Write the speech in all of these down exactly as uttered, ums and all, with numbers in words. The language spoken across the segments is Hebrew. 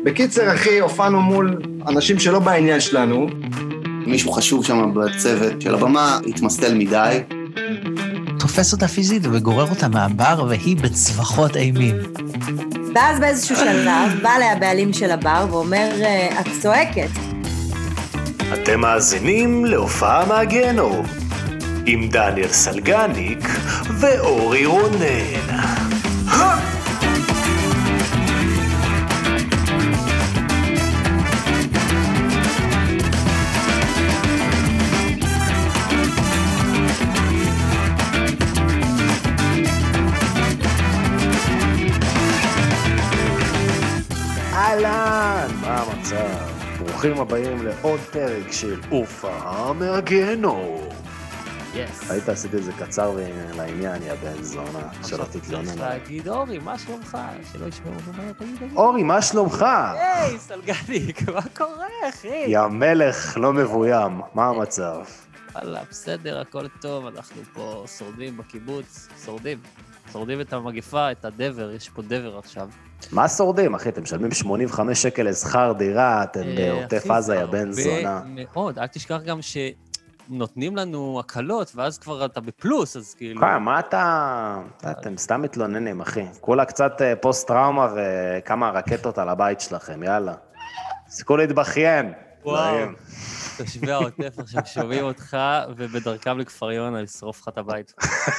בקיצר, אחי, הופענו מול אנשים שלא בעניין שלנו. מישהו חשוב שם בצוות של הבמה, התמסטל מדי. תופס אותה פיזית וגורר אותה מהבר, והיא בצווחות אימים. ואז באיזשהו שלב, בא לה הבעלים של הבר ואומר, את צועקת. אתם מאזינים להופעה מהגיהנום, עם דניאל סלגניק ואורי רונן. אהלן, מה המצב? ברוכים הבאים לעוד פרק של הופעה מהגיהנום. יס. היית עשיתי את זה קצר לעניין, יא בן זונה, שלא תתלונן. צריך להגיד, אורי, מה שלומך? שלא ישמעו מה תגיד. אורי, מה שלומך? היי, סלגניק, מה קורה, אחי? יא מלך לא מבוים, מה המצב? וואלה, בסדר, הכל טוב, אנחנו פה שורדים בקיבוץ, שורדים. שורדים את המגפה, את הדבר, יש פה דבר עכשיו. מה שורדים, אחי? אתם משלמים שמונים וחמישה שקל לשכר דירה, אתם בעוטף עזה, יא בן זונה. מאוד, אל תשכח גם שנותנים לנו הקלות, ואז כבר אתה בפלוס, אז כאילו... מה אתה... אתם סתם מתלוננים, אחי. כולה קצת פוסט-טראומה וכמה רקטות על הבית שלכם, יאללה. סיכו להתבכיין. וואו. תושבי העוטף עכשיו שומעים אותך, ובדרכם לכפר יונה לשרוף לך את הבית.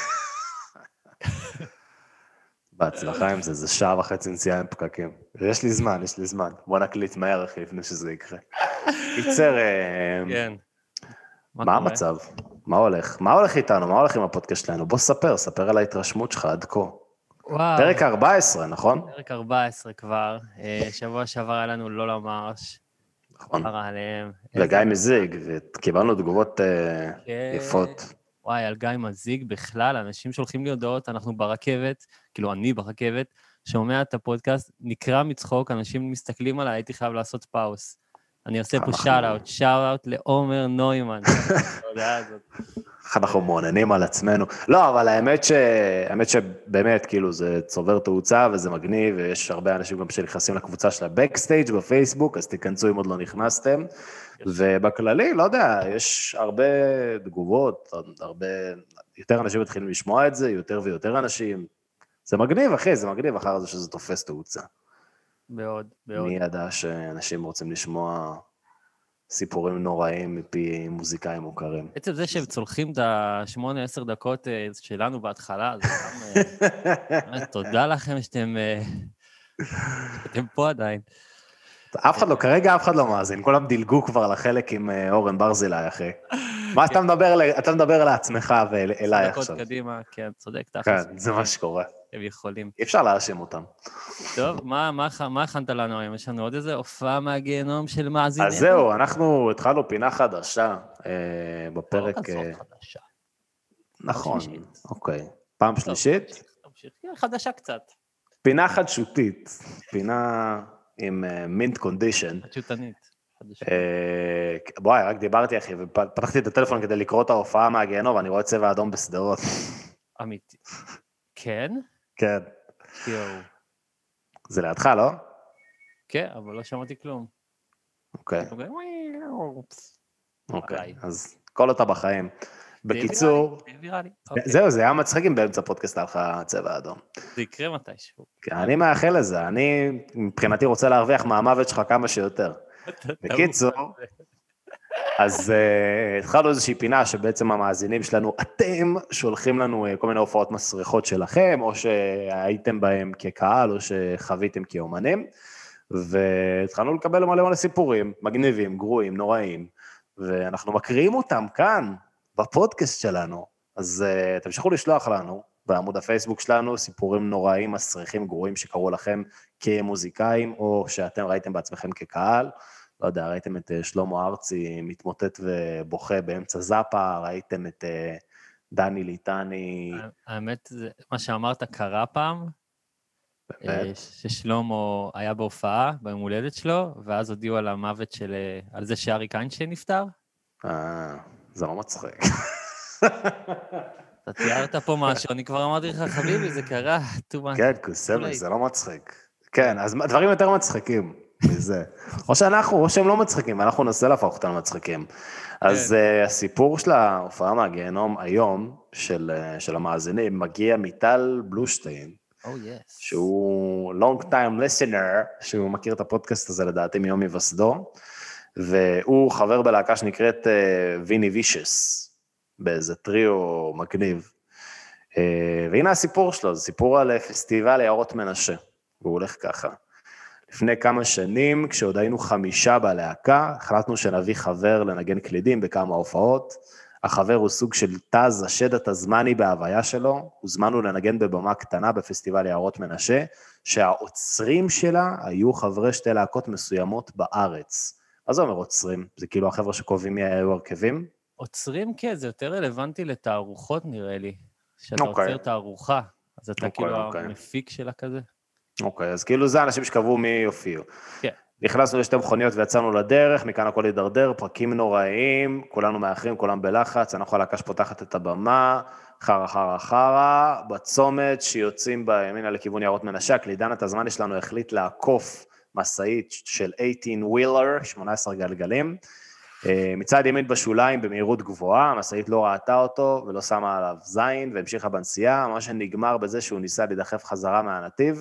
בהצלחה עם זה, זה שעה וחצי נסיעה עם פקקים. יש לי זמן, יש לי זמן. בוא נקליט מהר, אחי, לפני שזה יקרה. קיצר, כן. מה המצב? מה הולך? מה הולך איתנו? מה הולך עם הפודקאסט שלנו? בוא ספר, ספר על ההתרשמות שלך עד כה. וואו. פרק ארבע עשרה, נכון? פרק ארבע עשרה כבר. שבוע שעבר היה לנו לא למרש. נכון. עליהם. וגיא מזיג, וקיבלנו תגובות יפות. וואי, על גיא מזיג בכלל, אנשים שולחים לי הודעות, אנחנו ברכבת, כאילו אני ברכבת, שומע את הפודקאסט, נקרא מצחוק, אנשים מסתכלים עליי, הייתי חייב לעשות פאוס. אני עושה פה שאט-אוט, שאט-אוט לעומר נוימן. איך אנחנו מעוננים על עצמנו. לא, אבל האמת ש... האמת שבאמת, כאילו, זה צובר תאוצה, וזה מגניב, ויש הרבה אנשים גם שנכנסים לקבוצה של הבקסטייג' בפייסבוק, אז תיכנסו אם עוד לא נכנסתם. ובכללי, לא יודע, יש הרבה תגובות, הרבה... יותר אנשים מתחילים לשמוע את זה, יותר ויותר אנשים. זה מגניב, אחי, זה מגניב, אחר זה שזה תופס תאוצה. מאוד, מאוד. מי ידע שאנשים רוצים לשמוע סיפורים נוראים מפי מוזיקאים מוכרים. בעצם זה שהם צולחים את השמונה, עשר דקות שלנו בהתחלה, זה גם... תודה לכם שאתם שאתם פה עדיין. אף אחד לא, כרגע אף אחד לא מאזין, כולם דילגו כבר לחלק עם אורן ברזילי, אחי. מה אתה מדבר, אתה מדבר לעצמך ואליי עכשיו. דקות קדימה, כן, צודק. כן, זה מה שקורה. הם יכולים. אי אפשר להאשים אותם. טוב, מה הכנת לנו היום? יש לנו עוד איזה הופעה מהגיהנום של מאזינים? אז זהו, אנחנו התחלנו פינה חדשה בפרק... לא כזאת חדשה. נכון, אוקיי. פעם שלישית? חדשה קצת. פינה חדשותית, פינה עם מינט קונדישן. חדשותנית. בואי, רק דיברתי, אחי, ופתחתי את הטלפון כדי לקרוא את ההופעה מהגיהנום, ואני רואה צבע אדום בסדרות. אמיתי. כן? כן. יואו. זה לידך, לא? כן, אבל לא שמעתי כלום. אוקיי. אוקיי, אז כל אותה בחיים. בקיצור, זהו, זה היה מצחיק אם באמצע פודקאסט היה לך צבע אדום. זה יקרה מתישהו. אני מאחל לזה, אני מבחינתי רוצה להרוויח מהמוות שלך כמה שיותר. בקיצור, אז התחלנו איזושהי פינה שבעצם המאזינים שלנו, אתם שולחים לנו כל מיני הופעות מסריחות שלכם, או שהייתם בהם כקהל, או שחוויתם כאומנים, והתחלנו לקבל מלא מלא סיפורים, מגניבים, גרועים, נוראים, ואנחנו מקריאים אותם כאן, בפודקאסט שלנו. אז תמשיכו לשלוח לנו, בעמוד הפייסבוק שלנו, סיפורים נוראים, מסריחים, גרועים שקראו לכם כמוזיקאים, או שאתם ראיתם בעצמכם כקהל, לא יודע, ראיתם את שלמה ארצי מתמוטט ובוכה באמצע זאפה, ראיתם את דני ליטני. האמת, מה שאמרת קרה פעם, ששלמה היה בהופעה, ביום הולדת שלו, ואז הודיעו על המוות של, על זה שאריק איינשטיין נפטר. אה, זה לא מצחיק. אתה תיארת פה משהו, אני כבר אמרתי לך, חביבי, זה קרה. כן, כוסמק, זה לא מצחיק. כן, אז דברים יותר מצחיקים. מזה. או שאנחנו, או שהם לא מצחיקים, אנחנו ננסה להפוך אותנו מצחיקים. אז uh, הסיפור של ההופעה מהגיהנום היום, של, uh, של המאזינים, מגיע מטל בלושטיין, Oh, yes. שהוא long time listener, שהוא מכיר את הפודקאסט הזה לדעתי מיום היווסדו, והוא חבר בלהקה שנקראת uh, ויני וישס, באיזה טריו מגניב. Uh, והנה הסיפור שלו, זה סיפור על פסטיבל יערות מנשה, והוא הולך ככה. לפני כמה שנים, כשעוד היינו חמישה בלהקה, החלטנו שנביא חבר לנגן קלידים בכמה הופעות. החבר הוא סוג של תז, השד התזמני בהוויה שלו, הוזמנו לנגן בבמה קטנה בפסטיבל יערות מנשה, שהעוצרים שלה היו חברי שתי להקות מסוימות בארץ. מה זה אומר עוצרים? זה כאילו החבר'ה שקובעים מי היו הרכבים? עוצרים כן, זה יותר רלוונטי לתערוכות נראה לי. שאתה Okay. עוצר תערוכה, אז אתה Okay, כאילו okay. המפיק שלה כזה. אוקיי, אז כאילו זה אנשים שקבעו מי יופיעו. כן. נכנסנו לשתי מכוניות ויצאנו לדרך, מכאן הכל ידרדר, פרקים נוראים, כולנו מאחרים, כולם בלחץ, אנחנו הלהקה שפותחת את הבמה, חרה חרה חרה, בצומת שיוצאים בימינה לכיוון יערות מנשה, הקלידן התזמני שלנו החליט לעקוף מסעית של שמונה עשרה wheeler, שמונה עשרה גלגלים, מצד ימין בשוליים במהירות גבוהה, המסעית לא ראתה אותו ולא שמה עליו זין והמשיכה בנסיעה, מה שנגמר בזה שהוא ניסה להידחף חזרה מהנתיב,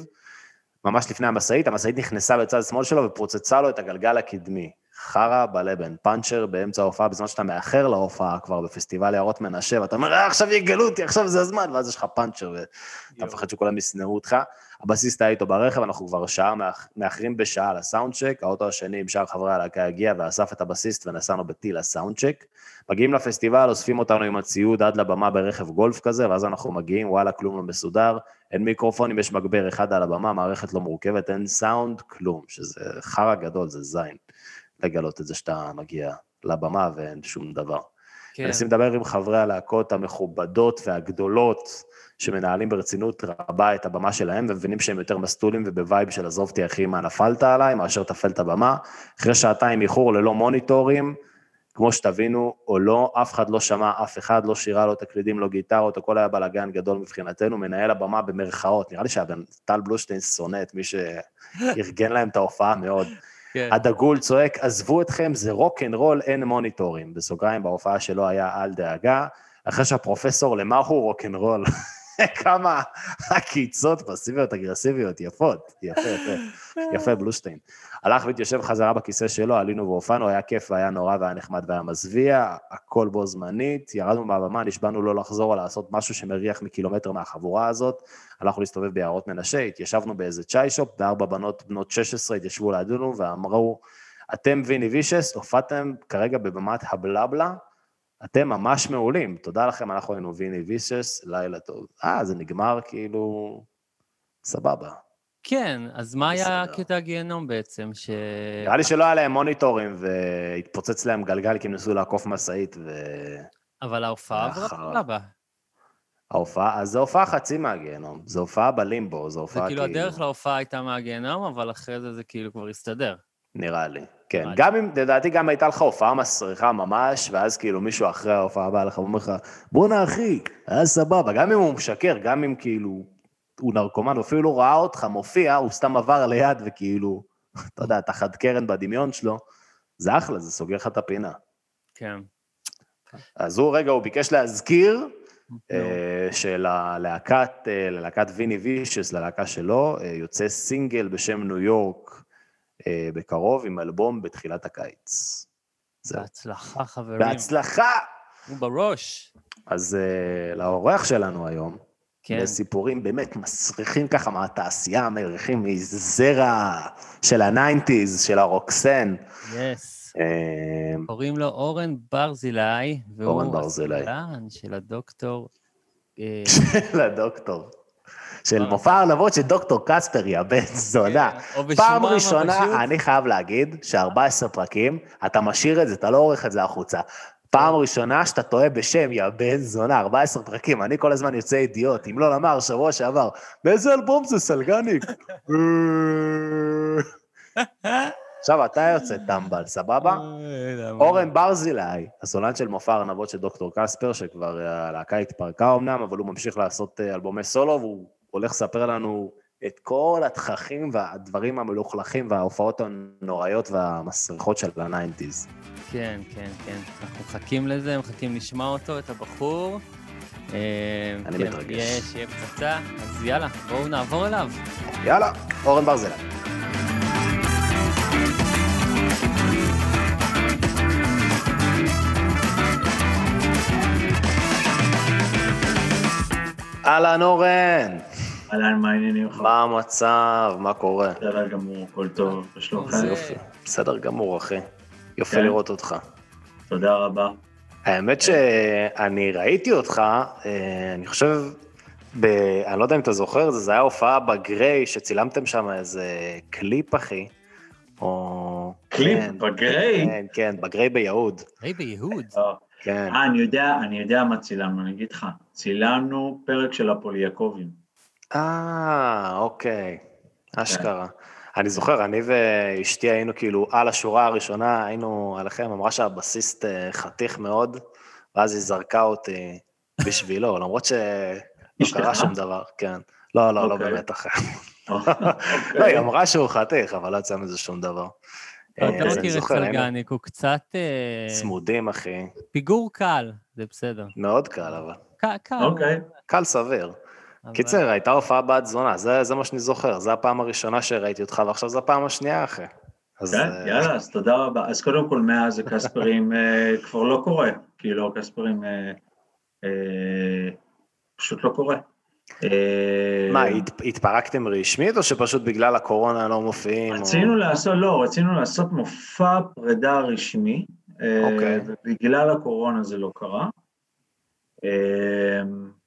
ממש לפני המסעית, המסעית נכנסה בצד שמאל שלו ופרוצצה לו את הגלגל הקדמי. חרה בלבן, פאנצ'ר באמצע ההופעה, בזמן שאתה מאחר להופעה כבר בפסטיבל יערות מנשה, ואתה אומר, אה, עכשיו יגלו אותי, עכשיו זה הזמן, ואז יש לך פאנצ'ר, ואתה מפחד שכולם יסנעו אותך. הבסיסט היה איתו ברכב, אנחנו כבר שעה מאחרים בשעה לסאונדצ'ק, האוטו השני עם שאר חברי הלהקה הגיע ואסף את הבסיסט ונסענו בטיל לסאונדצ'ק. מגיעים לפסטיבל, אוספים אותנו עם הציוד עד לבמה ברכב גולף כזה, ואז אנחנו מגיעים, וואלה, כלום לא מסודר, אין מיקרופונים, יש מגבר אחד על הבמה, מערכת לא מורכבת, אין סאונד, כלום, שזה חרה גדול, זה זין, לגלות את זה שאתה מגיע לבמה ואין שום דבר. כן. מנסים לדבר עם חברי הלהקות המכובדות והגדולות, שמנהלים ברצינות רבה את הבמה שלהם, ומבינים שהם יותר מסטולים ובווייב של עזוב אותי אחי, מה נפלת עליי, מאשר תפל את הבמה, אחרי שעתיים איחור ללא מוניטורים, כמו שתבינו, או לא, אף אחד לא שמע, אף אחד לא שירה לו תקלידים, לא גיטרות, הכל היה בלגן גדול מבחינתנו, מנהל הבמה במרכאות, נראה לי שהטל בלושטיין שונא את מי שארגן להם את ההופעה מאוד. כן. הדגול צועק, עזבו אתכם, זה רוק אנד רול, אין מוניטורים. בסוגריים, בהופעה שלו היה על דאגה, אחרי שהפרופסור, למה הוא רוק אנד רול? כמה הקיצות פסיביות, אגרסיביות, יפות, יפה, יפה, יפה בלושטיין. הלך והתיישב חזרה בכיסא שלו, עלינו והופענו, היה כיף והיה נורא והיה נחמד והיה מזוויע, הכל בו זמנית, ירדנו מהבמה, נשבענו לא לחזור על לעשות משהו שמריח מקילומטר מהחבורה הזאת, הלכנו להסתובב ביערות מנשה, התיישבנו באיזה צ'אי שופ, וארבע בנות בנות שש עשרה התיישבו לידינו ואמרו, אתם ויני וישס, הופעתם כרגע בבמת הבלבלה, אתם ממש מעולים, תודה לכם, אנחנו היינו ויני וישס, לילה טוב. אה, זה נגמר כאילו, סבבה. כן, אז מה היה קטע הגיהנום בעצם? ש... נראה לי שלא היה להם מוניטורים, והתפוצץ להם גלגל, כי הם נסו לעקוף מסעית, ו... אבל ההופעה עברה סבבה. ההופעה, אז זו הופעה חצי מהגיהנום, זו הופעה בלימבו, זו הופעה כאילו... זה כאילו הדרך להופעה הייתה מהגיהנום, אבל אחרי זה זה כאילו כבר הסתדר. נראה לי, כן. גם אם, לדעתי גם הייתה לך הופעה מסריחה ממש, ואז כאילו מישהו אחרי ההופעה בא לך ואומר לך, בוא'נה אחי, היה סבבה, גם אם הוא משקר, גם אם כאילו הוא נרקומן, הוא אפילו לא ראה אותך מופיע, הוא סתם עבר ליד וכאילו, אתה יודע, תחת קרן בדמיון שלו, זה אחלה, זה סוגר לך את הפינה. כן. אז הוא רגע, הוא ביקש להזכיר, שללהקת, ללהקת ויני וישס, ללהקה שלו, יוצא סינגל בשם ניו יורק, בקרוב עם אלבום בתחילת הקיץ. בהצלחה, חברים. בהצלחה! הוא בראש. אז לאורח שלנו היום, כן. בסיפורים באמת מסריחים ככה מהתעשייה, המריחים מזרע של הניינטיז, של הרוקסן. יס. קוראים לו אורן ברזילי, אורן ברזילי. והוא הסולן של הדוקטור... של הדוקטור. של מופע הרלבות של דוקטור קספר, יא בן זונה. פעם ראשונה, אני חייב להגיד, ש-ארבעה עשר פרקים, אתה משאיר את זה, אתה לא עורך את זה החוצה. פעם ראשונה שאתה טועה בשם, יא בן זונה, ארבעה עשר פרקים, אני כל הזמן יוצא אידיוט, אם לא למר, שבוע שעבר, באיזה אלבום זה סלגניק? עכשיו, אתה יוצא טמבל, סבבה? אורן ברזילי, הסולן של מופע הרלבות של דוקטור קספר, שכבר הלהקה התפרקה אמנם, אבל הוא ממשיך לעשות אלבומי סולו, והוא הולך לספר לנו את כל התככים והדברים המלוכלכים וההופעות הנוראיות והמסריחות של ה-תשעים. כן, כן, כן. אנחנו מחכים לזה, מחכים לשמוע אותו, את הבחור. אני כן, מתרגש. יהיה, שיהיה פצצה, אז יאללה, בואו נעבור אליו. יאללה, אורן ברזילי. אהלן אורן. אהלן, מה העניינים לך? מה המצב? מה קורה? בסדר גמור, הכל טוב, בשלומך? זה- יופי, בסדר גמור אחי. יופי כן. לראות אותך. תודה רבה. האמת שאני ראיתי אותך, אה, אני חושב, ב... אני לא יודע אם אתה זוכר, זה, זה היה הופעה בגריי, שצילמתם שם איזה קליפ, אחי. או... קליפ כן, בגריי? כן, כן, בגריי ביהוד. היי ביהוד. אה, כן. אה, אני יודע, אני יודע מה צילמנו, אני אגיד לך. צילמנו פרק של הפוליאקובים. אה, אוקיי. אשכרה. אני זוכר, אני ואשתי היינו כאילו על השורה הראשונה, היינו עליכם, אמרה שהבסיסט אה, חתיך מאוד, ואז היא זרקה אותי בשבילו, למרות שלא אשתך? קרה שום דבר, כן. לא, לא, לא אוקיי. באמת אחר. אוקיי. לא, היא אמרה שהוא חתיך, אבל לא יצא מזה שום דבר. אתה אה, אז לא אני מכיר את זוכר, היינו סלגניק, הוא קצת אה, צמודים, אחי. פיגור קל, זה בסדר. מאוד קל, אבל. ק- קל. אוקיי. קל סביר. אבל- קיצר, הייתה הופעה בת זונה, זה, זה מה שאני זוכר, זה הפעם הראשונה שראיתי אותך, ועכשיו זה הפעם השנייה, אחי. אז, כן, אה, יאללה, אז תודה רבה. אז קודם כל, מאז הקספרים אה, כבר לא קורה. כאילו, הקספרים אה, אה, פשוט לא קורה. אה, מה, הת, התפרקתם רשמית, או שפשוט בגלל הקורונה לא מופיעים? רצינו או... לעשות, לא, רצינו לעשות מופע פרידה רשמי, אה, אוקיי. ובגלל הקורונה זה לא קרה. אה,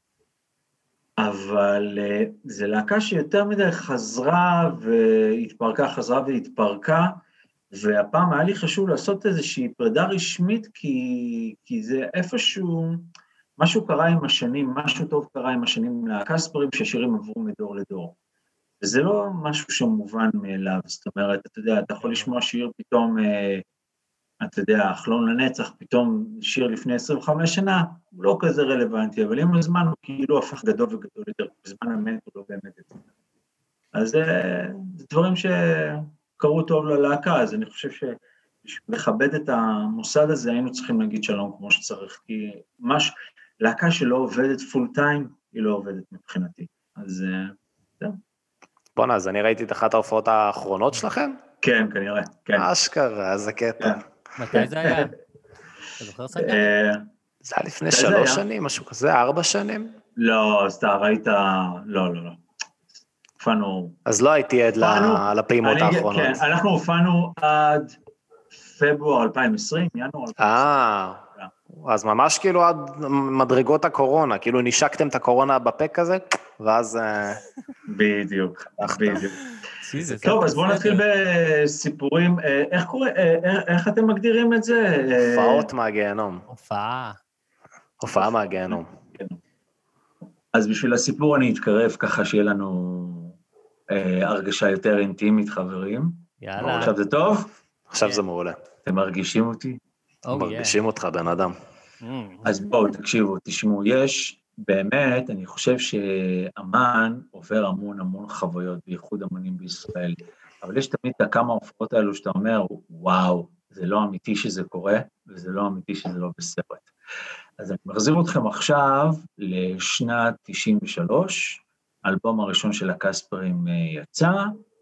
אבל אה, זה להקה שיותר מדי חזרה והתפרקה, חזרה והתפרקה, והפעם היה לי חשוב לעשות איזושהי פרידה רשמית, כי, כי זה איפשהו, משהו קרה עם השנים, משהו טוב קרה עם השנים לקספרים, שהשירים עברו מדור לדור. וזה לא משהו שמובן מאליו, זאת אומרת, אתה יודע, אתה יכול לשמוע שיר פתאום, אה, אתה יודע, חלום לנצח, פתאום שיר לפני עשרים וחמש שנה, הוא לא כזה רלוונטי, אבל עם הזמן הוא כאילו הפך גדול וגדול יותר, בזמן אמת הוא לא באמת את זה. אז אה, זה דברים שקרו טוב ללהקה, אז אני חושב שלכבד את המוסד הזה, היינו צריכים להגיד שלום כמו שצריך, כי מש, להקה שלא עובדת פול טיים, היא לא עובדת מבחינתי, אז אה, זהו. בוא'נה, אז אני ראיתי את אחת ההופעות האחרונות שלכם? כן, כנראה, כן. אשכרה, איזה קטע. כן. מתי זה היה? אתה זוכר סלגניק? אה, זה היה לפני זה שלוש היה. שנים, משהו כזה, ארבע שנים? לא, אז אתה ראית, לא, לא, לא. הופענו, אז לא הייתי עד הופענו, ל- לפעימות אני- האחרונות. כן, אנחנו הופענו עד פברואר אלפיים עשרים, ינואר אלפיים עשרים. אה, אז ממש כאילו עד מדרגות הקורונה, כאילו נשקתם את הקורונה בפה כזה, ואז... אה, בדיוק, בדיוק. ג'יזוס, טוב, זה אז בואו בסדר. נתחיל בסיפורים. אה, איך קורה, אה, איך- איך אתם מגדירים את זה? אה, הופעות מהגיהנום, הופעה. הופעה מהגיהנום. אז בשביל הסיפור אני אתקרב ככה שיהיה לנו אה, הרגשה יותר אינטימית, חברים. יאללה. עכשיו זה טוב? עכשיו זה מעולה. אתם מרגישים אותי? Oh, yeah. מרגישים אותך, בן אדם. Mm. אז בואו, תקשיבו, תשמעו, יש, באמת, אני חושב שאמן עובר המון המון חוויות, בייחוד אמנים בישראל, אבל יש תמיד את הכמה הופעות האלו שאתה אומר, וואו, זה לא אמיתי שזה קורה, וזה לא אמיתי שזה לא בסרט. אז אני מחזיר אתכם עכשיו לשנת תשעים ושלוש, האלבום הראשון של הקספרים יצא,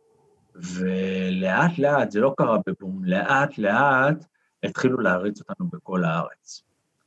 ולאט לאט, זה לא קרה בבום, לאט לאט התחילו להריץ אותנו בכל הארץ.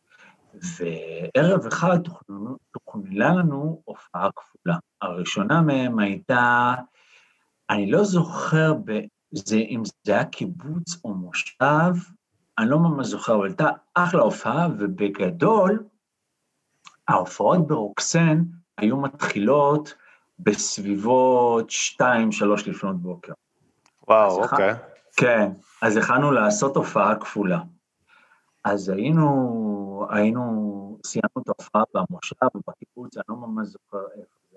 וערב אחד תוכננה לנו הופעה כפולה. הראשונה מהם הייתה, אני לא זוכר בזה, אם זה היה קיבוץ או מושב, אני לא ממש זוכר, אבל הייתה אחלה הופעה, ובגדול, ההופעות ברוקסן היו מתחילות בסביבות שתיים, שלוש לפנות בוקר. וואו, אז אוקיי. כן, אז הכנו לעשות הופעה כפולה. אז היינו, היינו, סיימנו את ההופעה במושב ובקיבוץ, אני לא ממש זוכר איפה זה,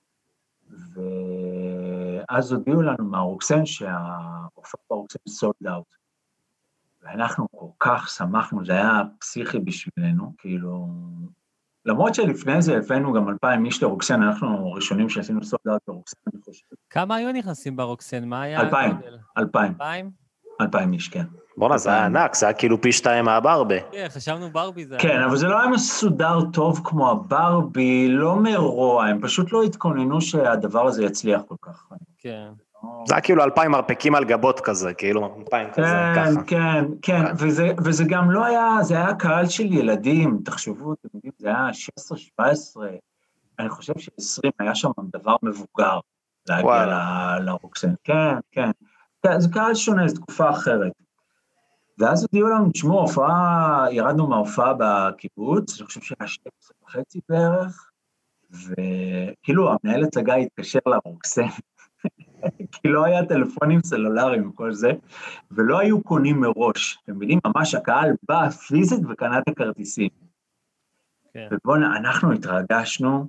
ואז הודיעו לנו מהרוקסן שההופעה ברוקסן סולד אאוט. ואנחנו כל כך שמחנו, זה היה פסיכי בשבילנו, כאילו, למרות שלפני זה הבאנו גם אלפיים איש לרוקסן, אנחנו ראשונים שעשינו סולדאוט ברוקסן, אני חושב. כמה היו נכנסים ברוקסן? מה היה? אלפיים, אלפיים. אלפיים? אלפיים איש, כן. בוא'נה, זה היה ענק, זה היה כאילו פי שתיים מהברבי. כן, חשבנו ברבי זה... כן, אבל זה לא היה מסודר טוב כמו הברבי, לא מרוע, הם פשוט לא התכוננו שהדבר הזה יצליח כל כך. כן. זה היה כאילו אלפיים מרפקים על גבות כזה, כאילו אלפיים כזה, ככה. כן, כן, וזה גם לא היה, זה היה קהל של ילדים, תחשבו, אתם יודעים, זה היה שש עשרה שבע עשרה, אני חושב ש-עשרים היה שם דבר מבוגר להגיע לרוקסן, כן, כן. זה קהל שונה, זו תקופה אחרת. ואז הודיעו לנו, תשמעו, הופעה, ירדנו מההופעה בקיבוץ, אני חושב שהיה שתים עשרה וחצי בערך, וכאילו המנהל הצגה התקשר לרוקסן, כי לא היה טלפונים סלולריים וכל זה, ולא היו קונים מראש. אתם מבינים, ממש הקהל בא פיזית וקנה את הכרטיסים. כן. ובואו, אנחנו התרגשנו,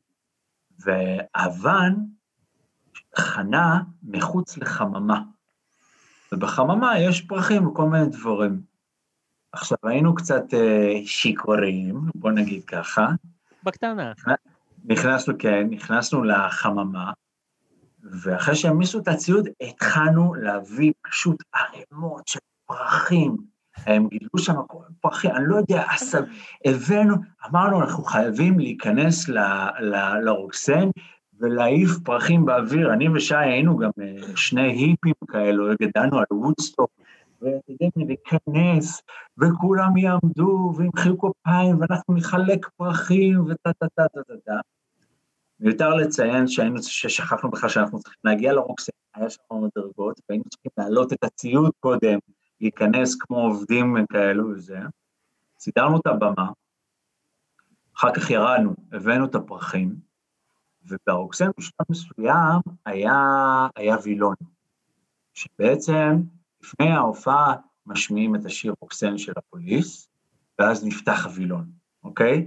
ואבן חנה מחוץ לחממה. ובחממה יש פרחים וכל מיני דברים. עכשיו, היינו קצת אה, שיקוריים, בואו נגיד ככה. בקטנה. נכנסנו, כן, נכנסנו לחממה, ואחרי שהמיסו את הציוד, התחלנו להביא פשוט ערימות של פרחים. הם גידלו שם פרחים, אני לא יודע, עשב, הבאנו, אמרנו, אנחנו חייבים להיכנס ל, ל, לרוקסן, ולהעיף פרחים באוויר. אני ושי היינו גם שני היפים כאלו, גדלנו על וודסטוק, וכדי להיכנס, וכולם יעמדו, וימחאו כפיים, ואנחנו נחלק פרחים, וטה-טה-טה-טה-טה. מיותר לציין שהיינו, ששכחנו בכלל שאנחנו צריכים להגיע לרוקסן, היה שם מדרגות, והיינו צריכים להעלות את הציוד קודם, להיכנס כמו עובדים כאלו וזה. סידרנו את הבמה, אחר כך ירדנו, הבאנו את הפרחים, וברוקסן בשלב מסוים היה, היה וילון, שבעצם לפני ההופעה משמיעים את השיר רוקסן של הפוליס, ואז נפתח הוילון, אוקיי?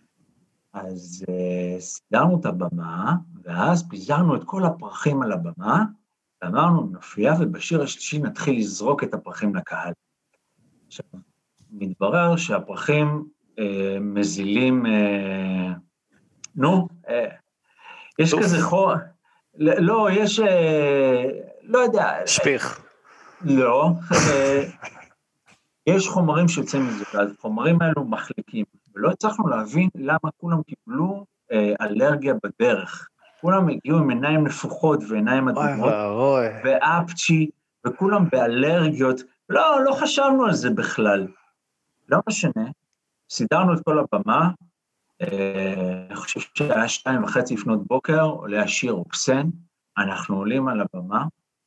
אז uh, סידרנו את הבמה, ואז פיזרנו את כל הפרחים על הבמה, ואמרנו, נופיע, ובשיר השלישי נתחיל לזרוק את הפרחים לקהל. עכשיו, מתברר שהפרחים uh, מזילים, uh, נו, uh, יש כזה חור, לא, יש, uh, לא יודע. שפיך. לא, uh, יש חומרים שיוצאים מזה, אז חומרים האלו מחליקים. ולא הצלחנו להבין למה כולם קיבלו אה, אלרגיה בדרך. כולם הגיעו עם עיניים נפוחות ועיניים אדומות, ואפצ'י, וכולם באלרגיות. לא, לא חשבנו על זה בכלל. לא משנה, סידרנו את כל הבמה, אה, אני חושב שהיה שתיים וחצי לפנות בוקר, עולה השיר רוקסן, אנחנו עולים על הבמה,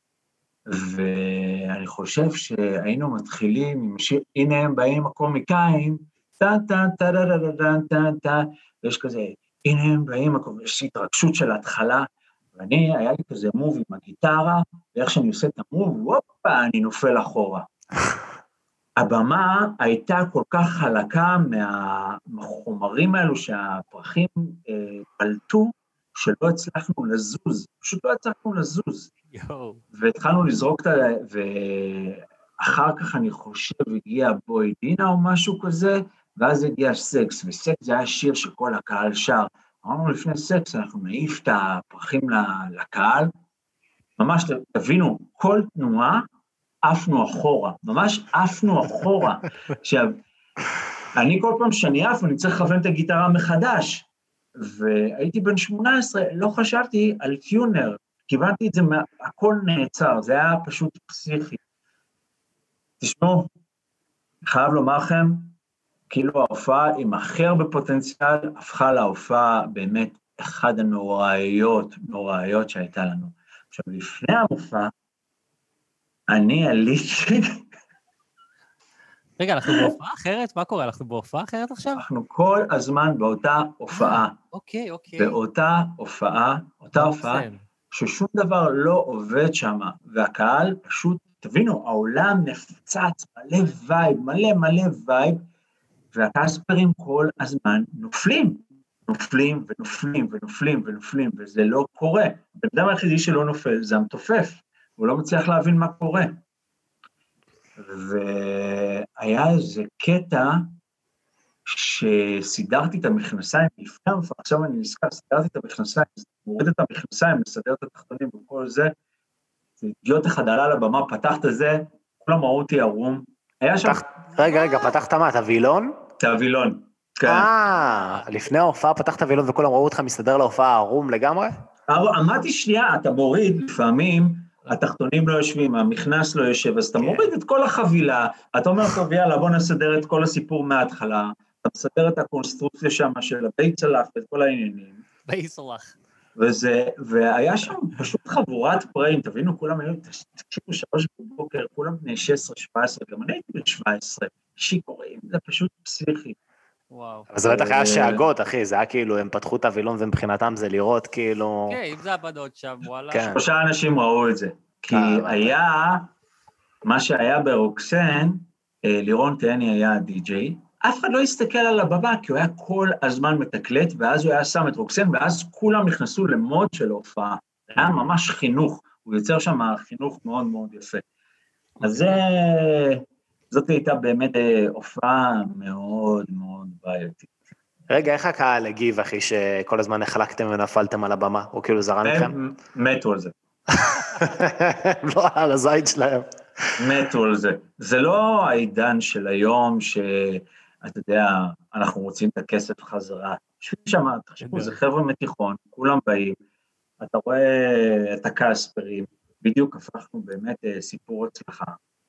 ואני חושב שהיינו מתחילים עם השיר, הנה הם באים הקומיקאים, טה, טה, טה, טה, טה, טה, טה, ויש כזה, הנה הם באים, יש התרגשות של ההתחלה, ואני, היה לי כזה מוב עם הגיטרה, ואיך שאני עושה את המוב, וופה, אני נופל אחורה. הבמה הייתה כל כך חלקה מהחומרים האלו שהפרחים פלטו, שלא הצלחנו לזוז, פשוט לא הצלחנו לזוז. והתחלנו לזרוק את ה... ואחר כך אני חושב הגיע בוי דינה או משהו כזה, ואז הגיע סקס, וסקס זה היה שיר שכל הקהל שר. אמרנו לפני סקס, אנחנו נעיף את הפרחים לקהל, ממש תבינו, כל תנועה עפנו אחורה, ממש עפנו אחורה. עכשיו, אני כל פעם שאני עף, אני צריך לכוון את הגיטרה מחדש, והייתי בן שמונה עשרה, לא חשבתי על טיונר, כיוונתי את זה, הכל נעצר, זה היה פשוט פסיכי. תשמעו, חייב לומר לכם, כאילו ההופעה עם הכי הרבה פוטנציאל, הפכה להופעה באמת אחד הנוראיות, נוראיות שהייתה לנו. עכשיו, לפני המופע, אני עליתי... רגע, אנחנו בהופעה אחרת? מה קורה? אנחנו בהופעה אחרת עכשיו? אנחנו כל הזמן באותה הופעה. אוקיי, אוקיי. באותה הופעה, אותה הופעה, ששום דבר לא עובד שם, והקהל פשוט, תבינו, העולם נפצץ, מלא וייב, מלא מלא וייב, והקספרים כל הזמן נופלים, נופלים ונופלים ונופלים ונופלים, וזה לא קורה. בנאדם היחידי שלא נופל, זה המתופף, הוא לא מצליח להבין מה קורה. והיה איזה קטע שסידרתי את המכנסיים לפני, עכשיו אני נזכר, סידרתי את המכנסיים, מוריד את המכנסיים, לסדר את התחתונים וכל זה, אידיוט אחד עלה לבמה, פתח את זה, כולם ראו אותי ערום, היה שם... רגע, רגע, פתחת מה, את הווילון? את הווילון, כן. אה, לפני ההופעה פתחת הווילון וכולם ראו אותך מסתדר להופעה ערום לגמרי? אמרתי שנייה, אתה מוריד לפעמים, התחתונים לא יושבים, המכנס לא יושב, אז אתה מוריד את כל החבילה, אתה אומר, טוב, יאללה, בוא נסדר את כל הסיפור מההתחלה, אתה מסדר את הקונסטרוקציה שם של הבית צלח ואת כל העניינים. בית צלח. וזה, והיה שם פשוט חבורת פראים, תבינו, כולם היו, תקשיבו, שלוש בבוקר, כולם בני שש עשרה שבע עשרה, גם אני הייתי בן שבע עשרה, שיכורים, זה פשוט פסיכי. וואו. אבל זה בטח היה שאגות, אחי, זה היה כאילו, הם פתחו את הווילון ומבחינתם זה לראות כאילו... כן, אם זה הבדות שם, וואלה. שלושה אנשים ראו את זה, כי היה, מה שהיה ברוקסן, לירון תהני היה הדי-ג'יי, אף אחד לא הסתכל על הבמה, כי הוא היה כל הזמן מתקלט, ואז הוא היה שם את רוקסן, ואז כולם נכנסו למוד של הופעה. זה היה ממש חינוך, הוא יוצר שם חינוך מאוד מאוד יפה. אז זה, זאת הייתה באמת הופעה מאוד מאוד בעייתית. רגע, איך הקהל הגיב, אחי, שכל הזמן החלקתם ונפלתם על הבמה, או כאילו זרם לכם? מתו על זה. לא על הזית שלהם. מתו על זה. זה לא העידן של היום ש... אתה יודע, אנחנו רוצים את הכסף חזרה. שוב שם, תחשבו, זה חבר'ה מתיכון, כולם באים, אתה רואה את הקספרים, בדיוק הפכנו באמת סיפור הצלחה,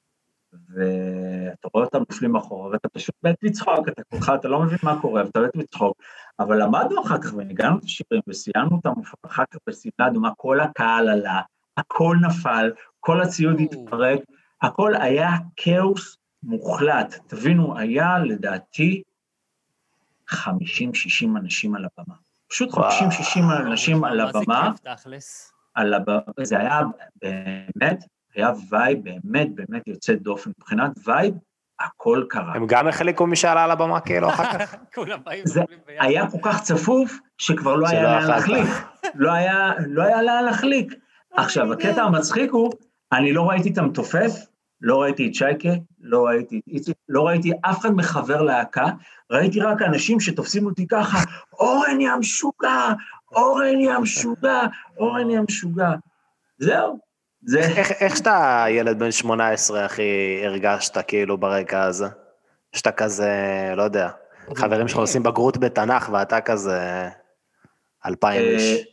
ואתה רואה אותם נופלים אחורה, ואתה פשוט מת מצחוק, אתה כולך, אתה לא מבין מה קורה, ואתה מת מצחוק, אבל למדנו אחר כך, וניגענו את השירים, וסיימנו אותם, אחר כך בסמלה אדומה, כל הקהל עלה, הכל נפל, כל הציוד התפרק, הכל היה כאוס, מוחלט, תבינו, היה לדעתי חמישים שישים אנשים על הבמה. פשוט חמישים שישים אנשים על הבמה. על הבמה, זה היה באמת, היה וייב באמת באמת יוצא דופן. מבחינת וייב, הכל קרה. הם גם החליקו מי שעלה על הבמה כאילו אחר כך? זה היה כל כך צפוף, שכבר לא היה לאן להחליק. לא היה לאן להחליק. עכשיו, הקטע המצחיק הוא, אני לא ראיתי את המתופף, לא ראיתי את שייקה, לא ראיתי את איציק, לא ראיתי אף אחד מחבר להקה, ראיתי רק אנשים שתופסים אותי ככה, אורן יא משוגע, אורן יא משוגע, אורן יא משוגע. זהו. זה... איך, איך שאתה ילד בן שמונה עשרה, אחי, הרגשת כאילו ברקע הזה? שאתה כזה, לא יודע, חברים שלך עושים בגרות בתנ"ך, ואתה כזה אלפיים איש.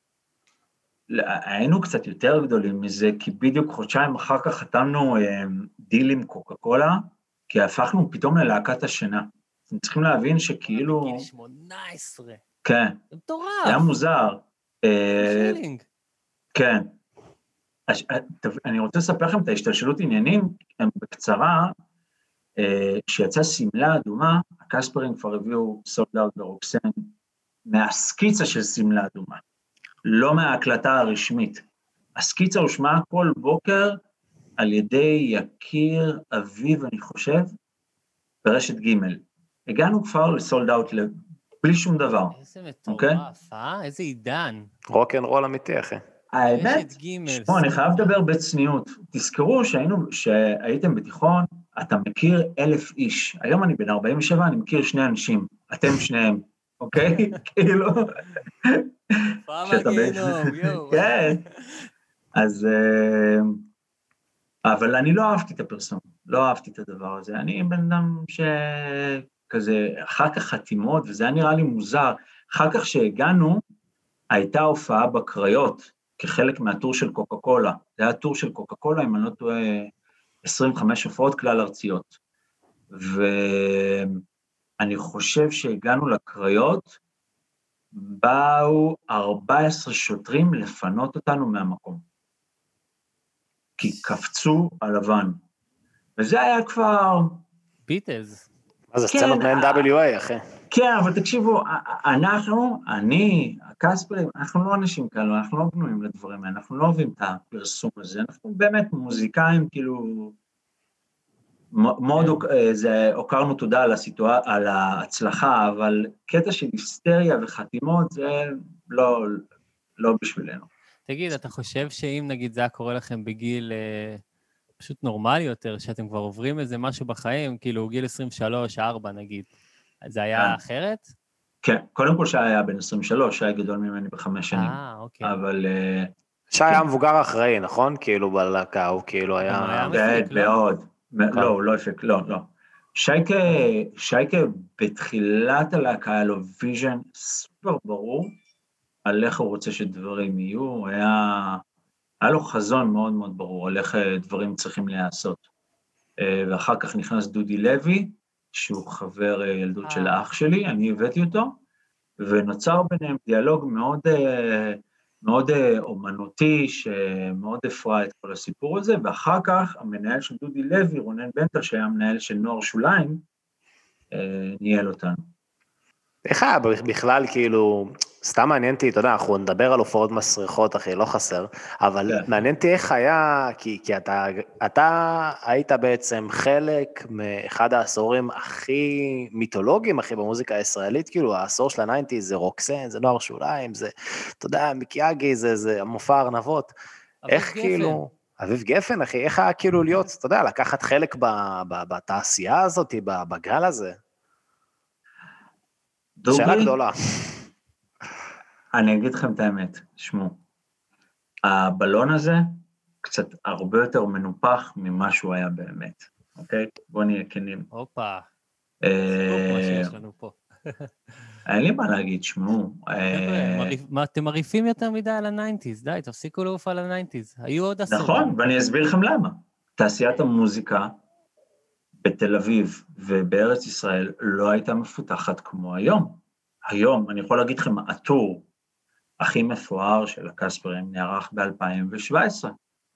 היינו קצת יותר גדולים מזה, כי בדיוק חודשיים אחר כך חתמנו דיל עם קוקה קולה, כי הפכנו פתאום ללהקת השינה. אתם צריכים להבין שכאילו... בגיל שמונה עשרה. כן. זה מטורף. היה מוזר. שילינג. כן. אני רוצה לספר לכם את ההשתלשלות עניינים, בקצרה, כשיצאה סמלה אדומה, הקספרים כבר הביאו סולד אאוט ברוקסן, מהסקיצה של סמלה אדומה. לא מההקלטה הרשמית. הסקיצה הושמעה כל בוקר על ידי יקיר אביב, אני חושב, ברשת ג'. הגענו כבר לסולד אאוט בלי שום דבר. איזה מטורף, אה? איזה עידן. רוק אנד רול אמיתי, אחי. האמת, שמו, אני חייב לדבר בצניעות. תזכרו שהיינו, שהייתם בתיכון, אתה מכיר אלף איש. היום אני בן ארבעים ושבע, אני מכיר שני אנשים. אתם שניהם. אוקיי? כאילו... פעם הגיהנום, יואו. כן. אז... אבל אני לא אהבתי את הפרסום, לא אהבתי את הדבר הזה. אני בן אדם שכזה, אחר כך חתימות, וזה היה נראה לי מוזר. אחר כך שהגענו, הייתה הופעה בקריות, כחלק מהטור של קוקה קולה. זה היה טור של קוקה קולה, אם אני לא טועה, עשרים וחמש הופעות כלל ארציות. ו... אני חושב שהגענו לקריות, באו ארבעה עשר שוטרים לפנות אותנו מהמקום. כי קפצו הלבן. וזה היה כבר... ביטלס. מה זה, סצנות מ-אן דאבליו איי, אחי. כן, אבל תקשיבו, אנחנו, אני, הקספרים, אנחנו לא אנשים כאלו, אנחנו לא בנויים לדברים האלה, אנחנו לא אוהבים את הפרסום הזה, אנחנו באמת מוזיקאים, כאילו... מאוד הוקרנו תודה על הסיטואציה, על ההצלחה, אבל קטע של היסטריה וחתימות זה לא, לא בשבילנו. תגיד, אתה חושב שאם נגיד זה היה קורה לכם בגיל אה, פשוט נורמלי יותר, שאתם כבר עוברים איזה משהו בחיים, כאילו גיל עשרים ושלוש, ארבע נגיד, זה היה אחרת? כן, קודם כל שי היה בן עשרים ושלוש, שי גדול ממני בחמש שנים. אה, אוקיי. אבל... שי היה מבוגר אחראי, נכון? כאילו בלהקה, הוא כאילו היה... הוא היה כן, מפיק, לא? מאוד. לא, הוא לא הפיק, לא, לא. שייקה, שייקה בתחילת הלהקה היה לו ויז'ן סופר ברור, על איך הוא רוצה שדברים יהיו, היה, היה לו חזון מאוד מאוד ברור, על איך דברים צריכים להיעשות. ואחר כך נכנס דודי לוי, שהוא חבר ילדות של האח שלי, אני הבאתי אותו, ונוצר ביניהם דיאלוג מאוד, מאוד אומנותי, שמאוד הפרע את כל הסיפור הזה, ואחר כך המנהל של דודי לוי, רונן בנטר, שהיה מנהל של נוער שוליים, ניהל אותנו. איך היה בכלל, כאילו, סתם מעניינתי, אתה יודע, אנחנו נדבר על הופעות מסריחות, אחי, לא חסר, אבל yeah. מעניינתי איך היה, כי, כי אתה, אתה היית בעצם חלק מאחד העשורים הכי מיתולוגיים, הכי במוזיקה הישראלית, כאילו, העשור של ה-תשעים זה רוקסן, זה נוער שוליים, זה, אתה יודע, מיקיאגי, זה, זה מופע ארנבות. איך גפן. כאילו, אביב גפן, אחי, איך היה כאילו להיות, אתה יודע, לקחת חלק ב, ב, בתעשייה הזאת, בגל הזה? שאלה גדולה. אני אגיד לכם את האמת, שמו, הבלון הזה קצת הרבה יותר מנופח ממה שהוא היה באמת, אוקיי? בואו נהיה כנים. הופה, סיפור כמו שיש לנו פה. אין לי מה להגיד, שמו. אתם מריפים יותר מדי על ה-תשעים, די, תפסיקו לעוף על ה-תשעים, היו עוד עשור. נכון, ואני אסביר לכם למה. תעשיית המוזיקה בתל אביב ובארץ ישראל לא הייתה מפותחת כמו היום. היום, אני יכול להגיד לכם, הטור הכי מפואר של הקספרים נערך ב-אלפיים שבע עשרה.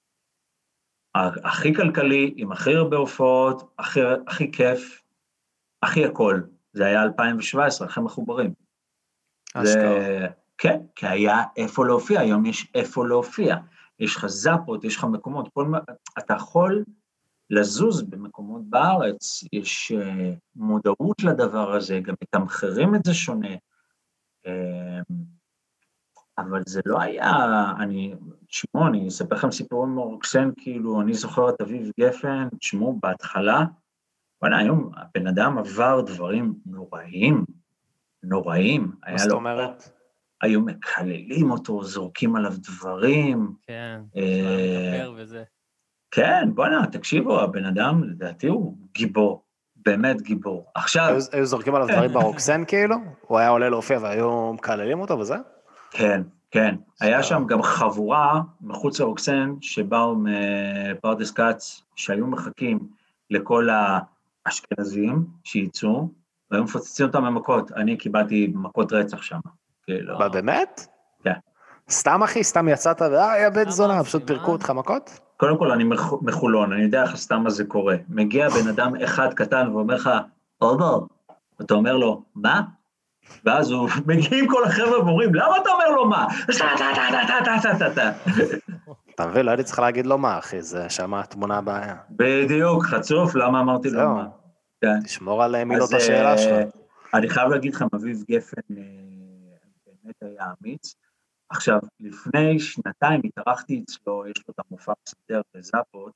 הכי כלכלי, עם הכי הרבה הופעות, הכי, הכי כיף, הכי הכל. זה היה אלפיים שבע עשרה, הכי מחוברים. זה, כן, כי היה איפה להופיע, היום יש איפה להופיע. יש לך זאפות, יש לך מקומות, כל, אתה יכול לזוז במקומות בארץ, יש uh, מודעות לדבר הזה, גם מתמחרים את זה שונה, uh, אבל זה לא היה, אני, תשמעו, אני אספר לכם סיפורים מרוקסן, כאילו, אני זוכר את אביב גפן, תשמעו, בהתחלה, ואני, היום הבן אדם עבר דברים נוראים, נוראים, מה זאת אומרת? היו מקללים אותו, זורקים עליו דברים. כן, uh, מדבר וזה. כן, בוא נה, תקשיבו, הבן אדם, לדעתי הוא גיבור, באמת גיבור. עכשיו... היו זורקים עליו דברים ברוקסן כאילו? הוא היה עולה להופיע והיו מקללים אותו וזה? כן, כן. היה שם גם חבורה מחוץ לרוקסן, שבאו מפרדס כץ, שהיו מחכים לכל האשכנזים שייצאו, והיו מפוצצים אותם במכות. אני קיבלתי מכות רצח שם. מה, באמת? כן. סתם אחי, סתם יצאת, אה, יא בית זונה, פשוט פירקו אותך מכות? קודם כל, אני מחולון, אני יודע איך סתם מה זה קורה. מגיע בן אדם אחד קטן ואומר לך, אובר, אתה אומר לו, מה? ואז הוא, מגיעים כל החבר'ה ואומרים, למה אתה אומר לו מה? אתה מבין, לא הייתי צריך להגיד לו מה, אחי, זה שמה התמונה הבעיה. בדיוק, חצוף, למה אמרתי לו מה? תשמור על מילות השאלה שלך. אני חייב להגיד לכם, אביב גפן באמת היה אמיץ, עכשיו, לפני שנתיים התארחתי אצלו, יש לו את המופע סדר בזאפות,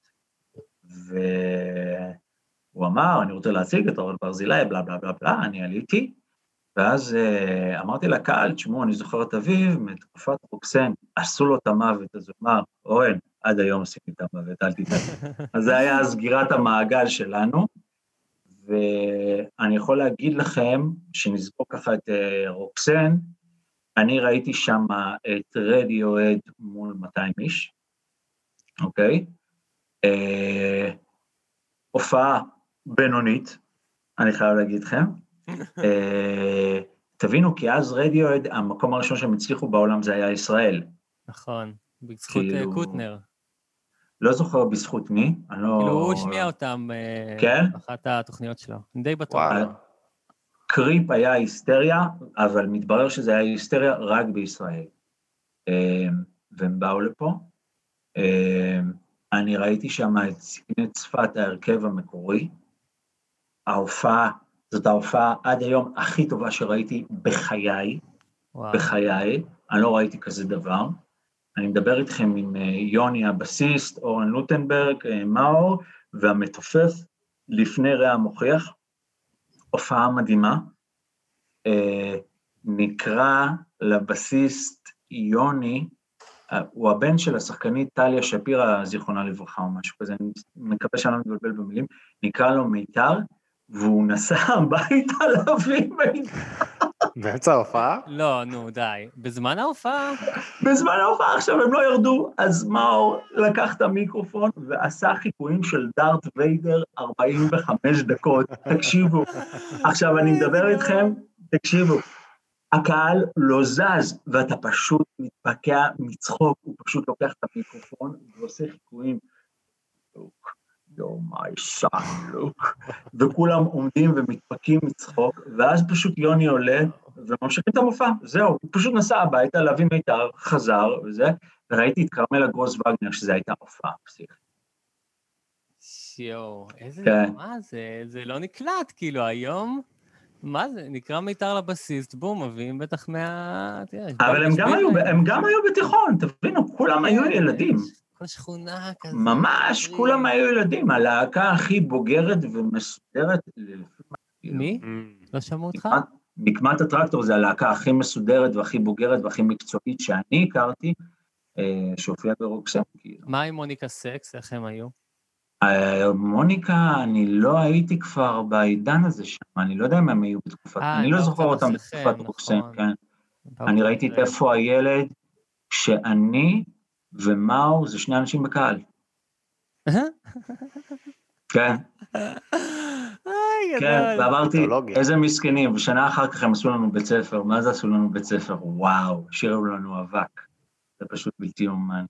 והוא אמר, אני רוצה להציג את אורל ברזילי, בלה בלה בלה בלה, אני עליתי, ואז uh, אמרתי לקהל, תשמעו, אני זוכר את אביב, מתקופת רוקסן, עשו לו את המוות, אז הוא אמר, אורן, עד היום עשיתי את המוות, אל תדאג. אז זה היה סגירת המעגל שלנו, ואני יכול להגיד לכם, שנסבור ככה את uh, רוקסן, אני ראיתי שם את רדיואד מול מאתיים איש, אוקיי? אה, הופעה בינונית, אני חייב להגיד לכם. אה, תבינו, כי אז רדיואד, המקום הראשון שהם הצליחו בעולם זה היה ישראל. נכון, בזכות כאילו, קוטנר. לא זוכר בזכות מי, אני לא... כאילו הוא השמיע אותם כן? באחת התוכניות שלו, אני די בטוח. קריפ היה היסטריה, אבל מתברר שזה היה היסטריה רק בישראל. והם באו לפה. אני ראיתי שם את סגני צפת ההרכב המקורי. ההופעה, זאת ההופעה עד היום הכי טובה שראיתי בחיי, וואו. בחיי, אני לא ראיתי כזה דבר. אני מדבר איתכם עם יוני הבסיסט, אורן לוטנברג, מאור, והמתופף לפני רע המוכיח. הופעה מדהימה, אה, נקרא לבסיסט יוני, הוא הבן של השחקנית טליה שפירא, זיכרונה לברכה או משהו כזה, אני מקווה שאני לא מתבלבל במילים, נקרא לו מיתר, והוא נסע הביתה להביא מיתר. באמצע ההופעה? לא, נו, די. בזמן ההופעה? בזמן ההופעה, עכשיו הם לא ירדו, אז מאור לקח את המיקרופון ועשה חיקויים של דארט ויידר ארבעים וחמש דקות, תקשיבו. עכשיו אני מדבר איתכם, תקשיבו. הקהל לא זז, ואתה פשוט מתפקע מצחוק, הוא פשוט לוקח את המיקרופון ועושה חיקויים. Look, you're my son, look. וכולם עומדים ומתפקים מצחוק, ואז פשוט יוני עולה וממשיכים את המופע. זהו, הוא פשוט נסע הביתה, להביא מיתר, חזר וזה, וראיתי את קרמלה גרוס וגנר, שזה הייתה הופעה פסיכית. שיו, איזה, כן. מה זה? זה לא נקלט, כאילו, היום... מה זה? נקרא מיתר לבסיסט, בום, מביאים בטח מה... אבל הם גם, היו, הם גם היו בתיכון, תבינו, כולם היו ילדים. כל שכונה כזה. ממש, כולם היו ילדים, הלהקה הכי בוגרת ומסודרת. מי? לא שמעו אותך? נקמת הטרקטור זה הלהקה הכי מסודרת והכי בוגרת והכי מקצועית שאני הכרתי, שהופיעה ברוקסם. מה עם מוניקה סקס? איך הם היו? מוניקה, אני לא הייתי כבר בעידן הזה שם, אני לא יודע אם הם היו בתקופת, אני לא זוכר אותם בתקופת רוקסם, כן. אני ראיתי את איפה הילד, שאני ומאו זה שני אנשים בקהל. כן. כן, ואמרתי, איזה מסכנים, ושנה אחר כך הם עשו לנו בית ספר, מה זה עשו לנו בית ספר? וואו, שירו לנו אבק, זה פשוט בלתי אומן.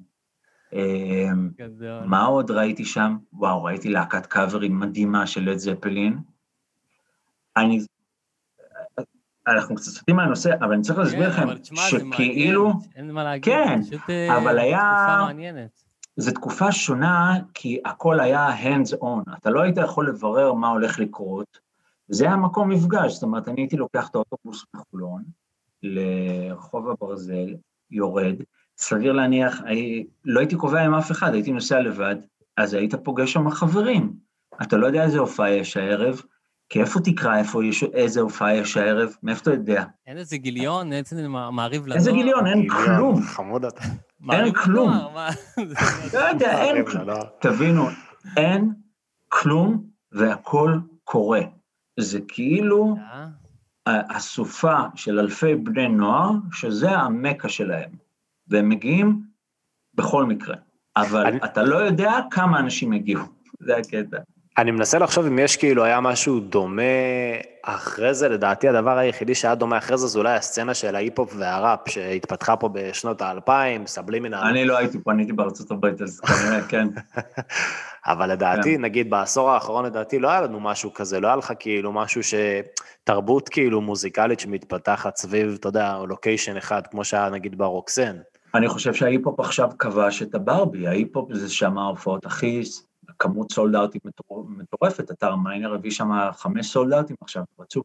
מה עוד ראיתי שם? וואו, ראיתי להקת קאברים מדהימה של לד זפלין. אני, אנחנו קצת סוטים מהנושא, אבל אני צריך להסביר לכם שכאילו, כן, אבל היה, זו תקופה שונה, כי הכל היה hands on, אתה לא היית יכול לברר מה הולך לקרות, זה היה מקום מפגש, זאת אומרת, אני הייתי לוקח את האוטובוס מחולון, לרחוב הברזל, יורד, סביר להניח, לא הייתי קובע עם אף אחד, הייתי נוסע לבד, אז היית פוגש שם חברים. אתה לא יודע איזה הופעה יש הערב, כי איפה תקרא, איפה יש, איזה הופעה יש הערב, מאיפה אתה יודע? אין איזה גיליון, איזה מעריב לנוער. איזה גיליון, אין כלום. חמוד אתה. אין כלום. לא יודע, אין כלום. תבינו, אין כלום, והכל קורה. זה כאילו הסופה של אלפי בני נוער, שזה המקה שלהם. והם מגיעים בכל מקרה, אבל אני... אתה לא יודע כמה אנשים הגיעו, זה הקטע. אני מנסה לחשוב אם יש כאילו היה משהו דומה אחרי זה, לדעתי הדבר היחידי שהיה דומה אחרי זה, זה אולי הסצנה של ההיפ-הופ והראפ, שהתפתחה פה בשנות האלפיים, סבלימינל. אני לא הייתי פה, אני הייתי בארצות הברית, אז כנראה, כן. אבל לדעתי, נגיד בעשור האחרון, לדעתי לא היה לנו משהו כזה, לא היה לך כאילו משהו שתרבות כאילו מוזיקלית שמתפתחת סביב, אתה יודע, לוקיישן אחד, כמו שהיה נגיד ברוקסן. אני חושב שההיפ-הופ עכשיו כבש את הברבי, ההיפ-הופ זה שם ההופעות הכי, כמות סולדאוטים מטורפת, אתר מיינר הביא שם חמש סולדאוטים עכשיו, רצוף.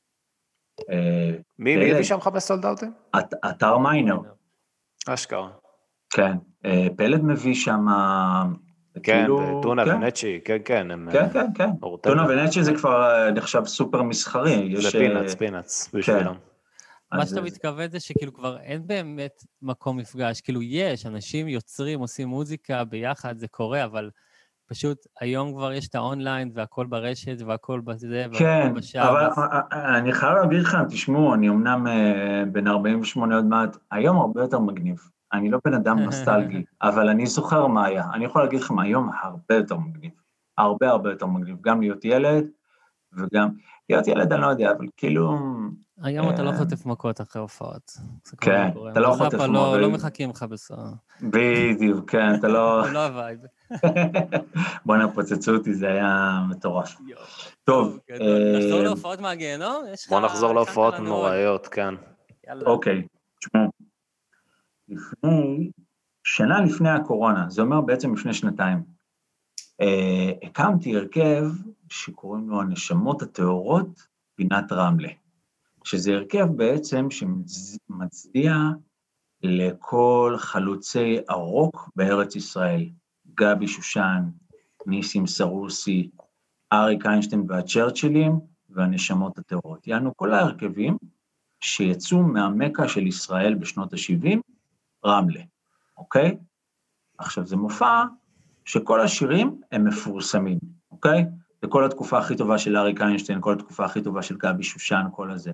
מי הביא שם חמש סולדאוטים? אתר מיינר. אשכרה. כן, פלד מביא שם... כן, טונה ונצ'י, כן, כן. כן, כן, כן. טונה ונצ'י זה כבר נחשב סופר מסחרי. זה פינץ, פינץ, בשבילם. מה שאתה מתכוון זה שכאילו כבר אין באמת מקום מפגש, כאילו יש, אנשים יוצרים, עושים מוזיקה ביחד, זה קורה, אבל פשוט היום כבר יש את האונליין והכל ברשת והכל בזה והכל בשעה. כן, אבל אני חייב להגיד לכם, תשמעו, אני אמנם בן ארבעים ושמונה עוד מעט, היום הרבה יותר מגניב. אני לא בן אדם נוסטלגי, אבל אני זוכר מה היה. אני יכול להגיד לכם, היום הרבה יותר מגניב. הרבה הרבה יותר מגניב. גם להיות ילד, וגם... להיות ילד אני לא יודע, אבל כאילו... היום אתה לא חוטף מכות אחרי הופעות. כן, אתה לא חוטף מכות. לא מחכים לך בסועה. בדיוק, כן, אתה לא... לא הווייב. בוא נפוצצו אותי, זה היה מטורף. טוב. נחזור להופעות מהגיהנום? בוא נחזור להופעות נוראיות, כן. אוקיי, תשמעו. לפני, שנה לפני הקורונה, זה אומר בעצם לפני שנתיים, אה, הקמתי הרכב שקוראים לו הנשמות הטהורות פינת רמלה, שזה הרכב בעצם שמצדיע לכל חלוצי הרוק בארץ ישראל, גבי שושן, ניסים סרוסי, אריק איינשטיין והצ'רצ'ילים והנשמות הטהורות. יענו כל ההרכבים, שיצאו מהמקה של ישראל בשנות ה-שבעים, רמלה, אוקיי? עכשיו, זה מופע שכל השירים הם מפורסמים, אוקיי? זה כל התקופה הכי טובה של אריק איינשטיין, כל התקופה הכי טובה של גבי שושן, כל הזה.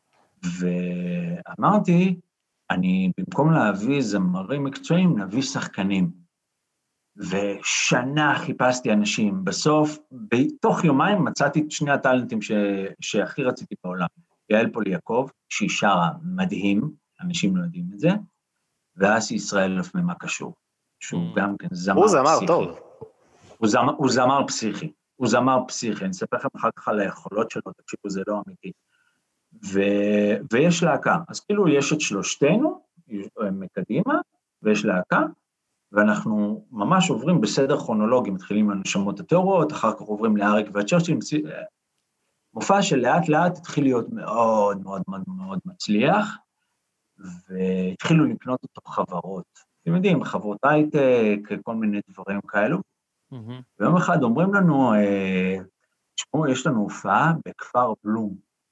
ואמרתי, אני במקום להביא זמרים מקצועיים, נביא שחקנים. ושנה חיפשתי אנשים. בסוף, בתוך יומיים מצאתי את שני הטלנטים ש... שהכי רציתי בעולם. יעל פול יעקב, שהיא שרה מדהים, אנשים לא יודעים את זה, ואסי ישראלוף ממה קשור, שהוא גם כן זמר פסיכי. הוא זמר טוב. הוא זמר, הוא זמר פסיכי. הוא זמר פסיכי, אני אספר לכם אחר כך על היכולות שלו, תקשיבו, זה לא אמיתי. ו... ויש להקה, אז כאילו יש את שלושתנו, מקדימה, ויש להקה, ואנחנו ממש עוברים בסדר כרונולוגי, מתחילים עם הנשמות הטהורות, אחר כך עוברים לאריק והצ'רצ'יל, מופע שלאט לאט התחיל להיות מאוד מאוד מאוד מאוד מצליח, והתחילו לקנות אותו חברות. אתם יודעים, חברות הייטק, כל מיני דברים כאלו, ויום אחד אומרים לנו, תשמעו, יש לנו הופעה בכפר בלום.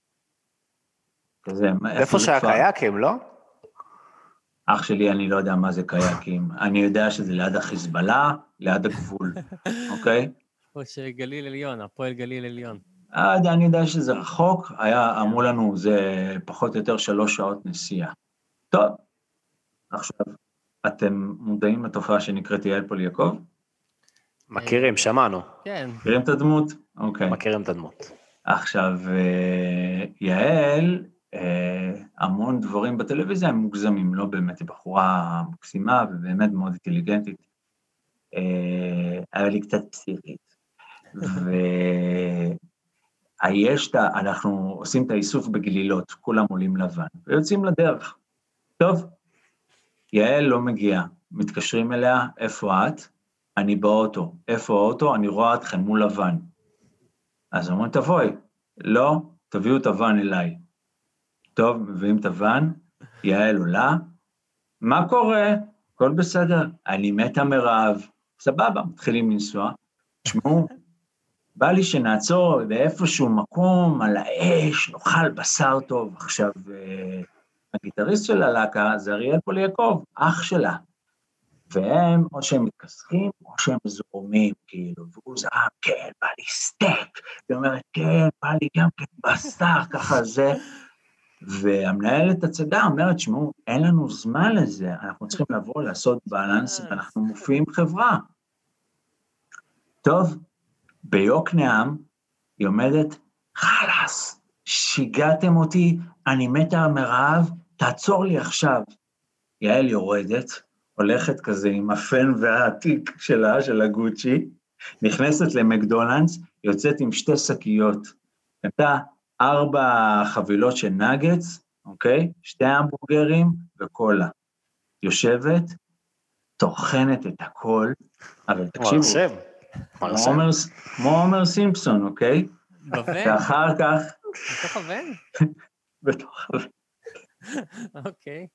כזה, איפה שהקייקים, לא? אח שלי, אני לא יודע מה זה קייקים. אני יודע שזה ליד החיזבאללה, ליד הגבול, אוקיי? או שגליל עליון, הפועל גליל עליון. אני יודע שזה רחוק, היה, אמרו לנו, זה פחות או יותר שלוש שעות נסיעה. טוב, עכשיו, אתם מודעים לתופעה שנקראת יעל פול יעקב? מכירים, שמענו. כן. מכירים את הדמות? אוקיי. מכירים את הדמות. עכשיו, יעל, המון דברים בטלוויזיה הם מוגזמים, לא באמת, היא בחורה מקסימה ובאמת מאוד אינטליגנטית. היה לי קצת פסיכית. ויש, אנחנו עושים את האיסוף בגלילות, כולם עולים לבן, ויוצאים לדרך. טוב, יעל לא מגיעה, מתקשרים אליה, איפה את? אני באוטו. איפה האוטו? אני רואה אתכם מול לבן. אז אומרים, תבואי. לא, תביאו את הוון אליי. טוב, מביאים את הוון, יעל עולה. מה קורה? הכל בסדר. אני מתה מרעב. סבבה, מתחילים לנסוע. תשמעו, בא לי שנעצור באיפשהו מקום, על האש, נאכל בשר טוב. עכשיו, הגיטריסט של הלהקה זה אריאל פול יעקב, אח שלה. והם, או שהם מתכסחים, או שהם זורמים, כאילו, והוא זרם, כן, בא לי סטייק, היא אומרת, כן, בא לי גם כן בשר, ככה זה, והמנהלת הצגה אומרת, שמעו, אין לנו זמן לזה, אנחנו צריכים לבוא לעשות בלנס, ואנחנו מופיעים חברה. טוב, ביוקנעם, היא עומדת, חלאס, שיגעתם אותי, אני מתה מרעב, תעצור לי עכשיו. יעל יורדת, הולכת כזה עם הפן והעתיק שלה, של הגוצ'י, נכנסת למקדונלדס, יוצאת עם שתי שקיות, הייתה ארבע חבילות של נגטס, אוקיי? שתי המבורגרים וקולה. יושבת, תוכנת את הכל, אבל תקשיבו, כמו עומר סימפסון, אוקיי? בבן? ואחר כך... בתוך הבן? בתוך הבן. אוקיי.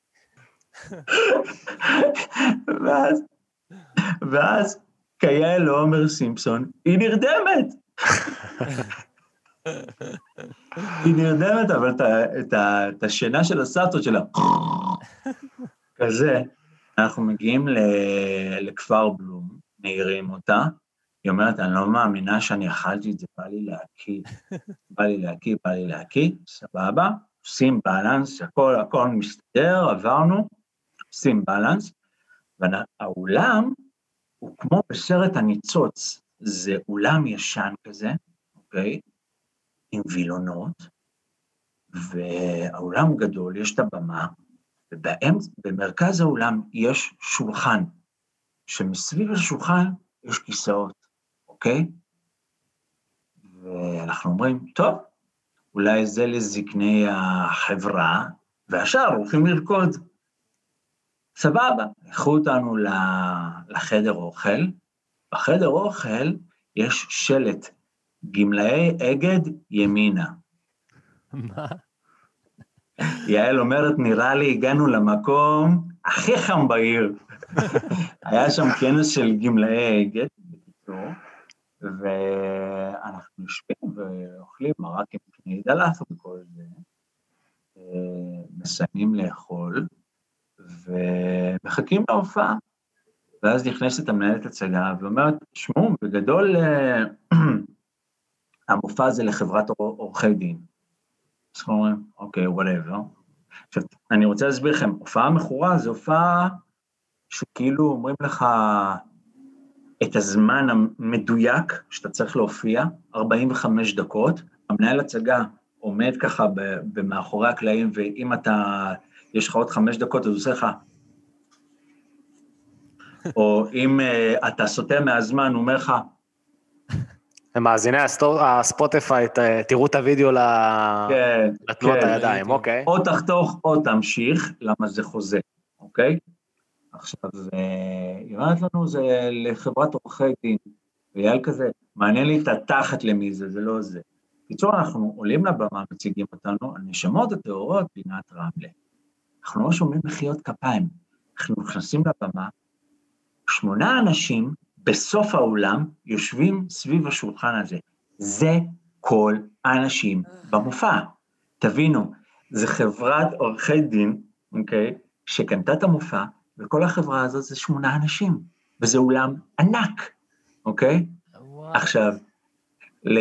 ואז, ואז, כיעל לעומר סימפסון, היא נרדמת. היא נרדמת, אבל את השינה של הסרטות שלה, כזה, אנחנו מגיעים לכפר בלום, נעירים אותה, היא אומרת, אני לא מאמינה שאני אכלתי את זה, בא לי להקיא, בא לי להקיא, בא לי להקיא, סבבה, עושים בלנס, הכל, הכל מסתדר, עברנו, עושים בלנס, והאולם הוא כמו בסרט הניצוץ, זה אולם ישן כזה, אוקיי, עם וילונות, והאולם גדול, יש את הבמה, ובמרכז האולם יש שולחן, שמסביב לשולחן יש כיסאות, אוקיי? ואנחנו אומרים, טוב, אולי זה לזקני החברה, והשאר הולכים לרקוד. סבבה, לקחו אותנו לחדר אוכל, בחדר אוכל יש שלט, גמלאי אגד ימינה. מה? יעל אומרת, נראה לי הגענו למקום הכי חם בעיר. היה שם כנס של גמלאי אגד, בקיצור, ואנחנו יושבים ואוכלים מרק עם קני דלף וכל זה. מסיימים לאכול, ומחכים להופעה, ואז נכנסת המנהלת הצגה, ואומרת, שמעו, בגדול, המופע הזה לחברת עורכי דין. אז אנחנו אומרים, אוקיי, whatever. עכשיו, אני רוצה להסביר לכם, הופעה מכורה זה הופעה שכאילו אומרים לך את הזמן המדויק שאתה צריך להופיע, ארבעים וחמש דקות, המנהל הצגה עומד ככה במאחורי הקלעים, ואם אתה, יש לך עוד חמש דקות, אז עושה לך, או אם uh, אתה סוטה מהזמן, הוא אומר לך, מאזיני הספוטיפיי, תראו את הודיו לתנועת הידיים, אוקיי. או תחתוך או תמשיך, למה זה חוזה, אוקיי? עכשיו, היא אומרת לנו, זה לחברת עורכי דין, ויעל כזה, מעניין לי את התחת למי זה, זה לא זה. קיצור, אנחנו עולים לבמה, מציגים אותנו, הנשמות הטהורות, פינת רמלה. אנחנו לא שומעים מחיאות כפיים, אנחנו נכנסים לבמה, שמונה אנשים בסוף האולם יושבים סביב השולחן הזה. זה כל האנשים במופע. תבינו, זה חברת עורכי דין, אוקיי, שקנתה את המופע, וכל החברה הזאת זה שמונה אנשים, וזה אולם ענק, אוקיי? וואו. עכשיו, ל...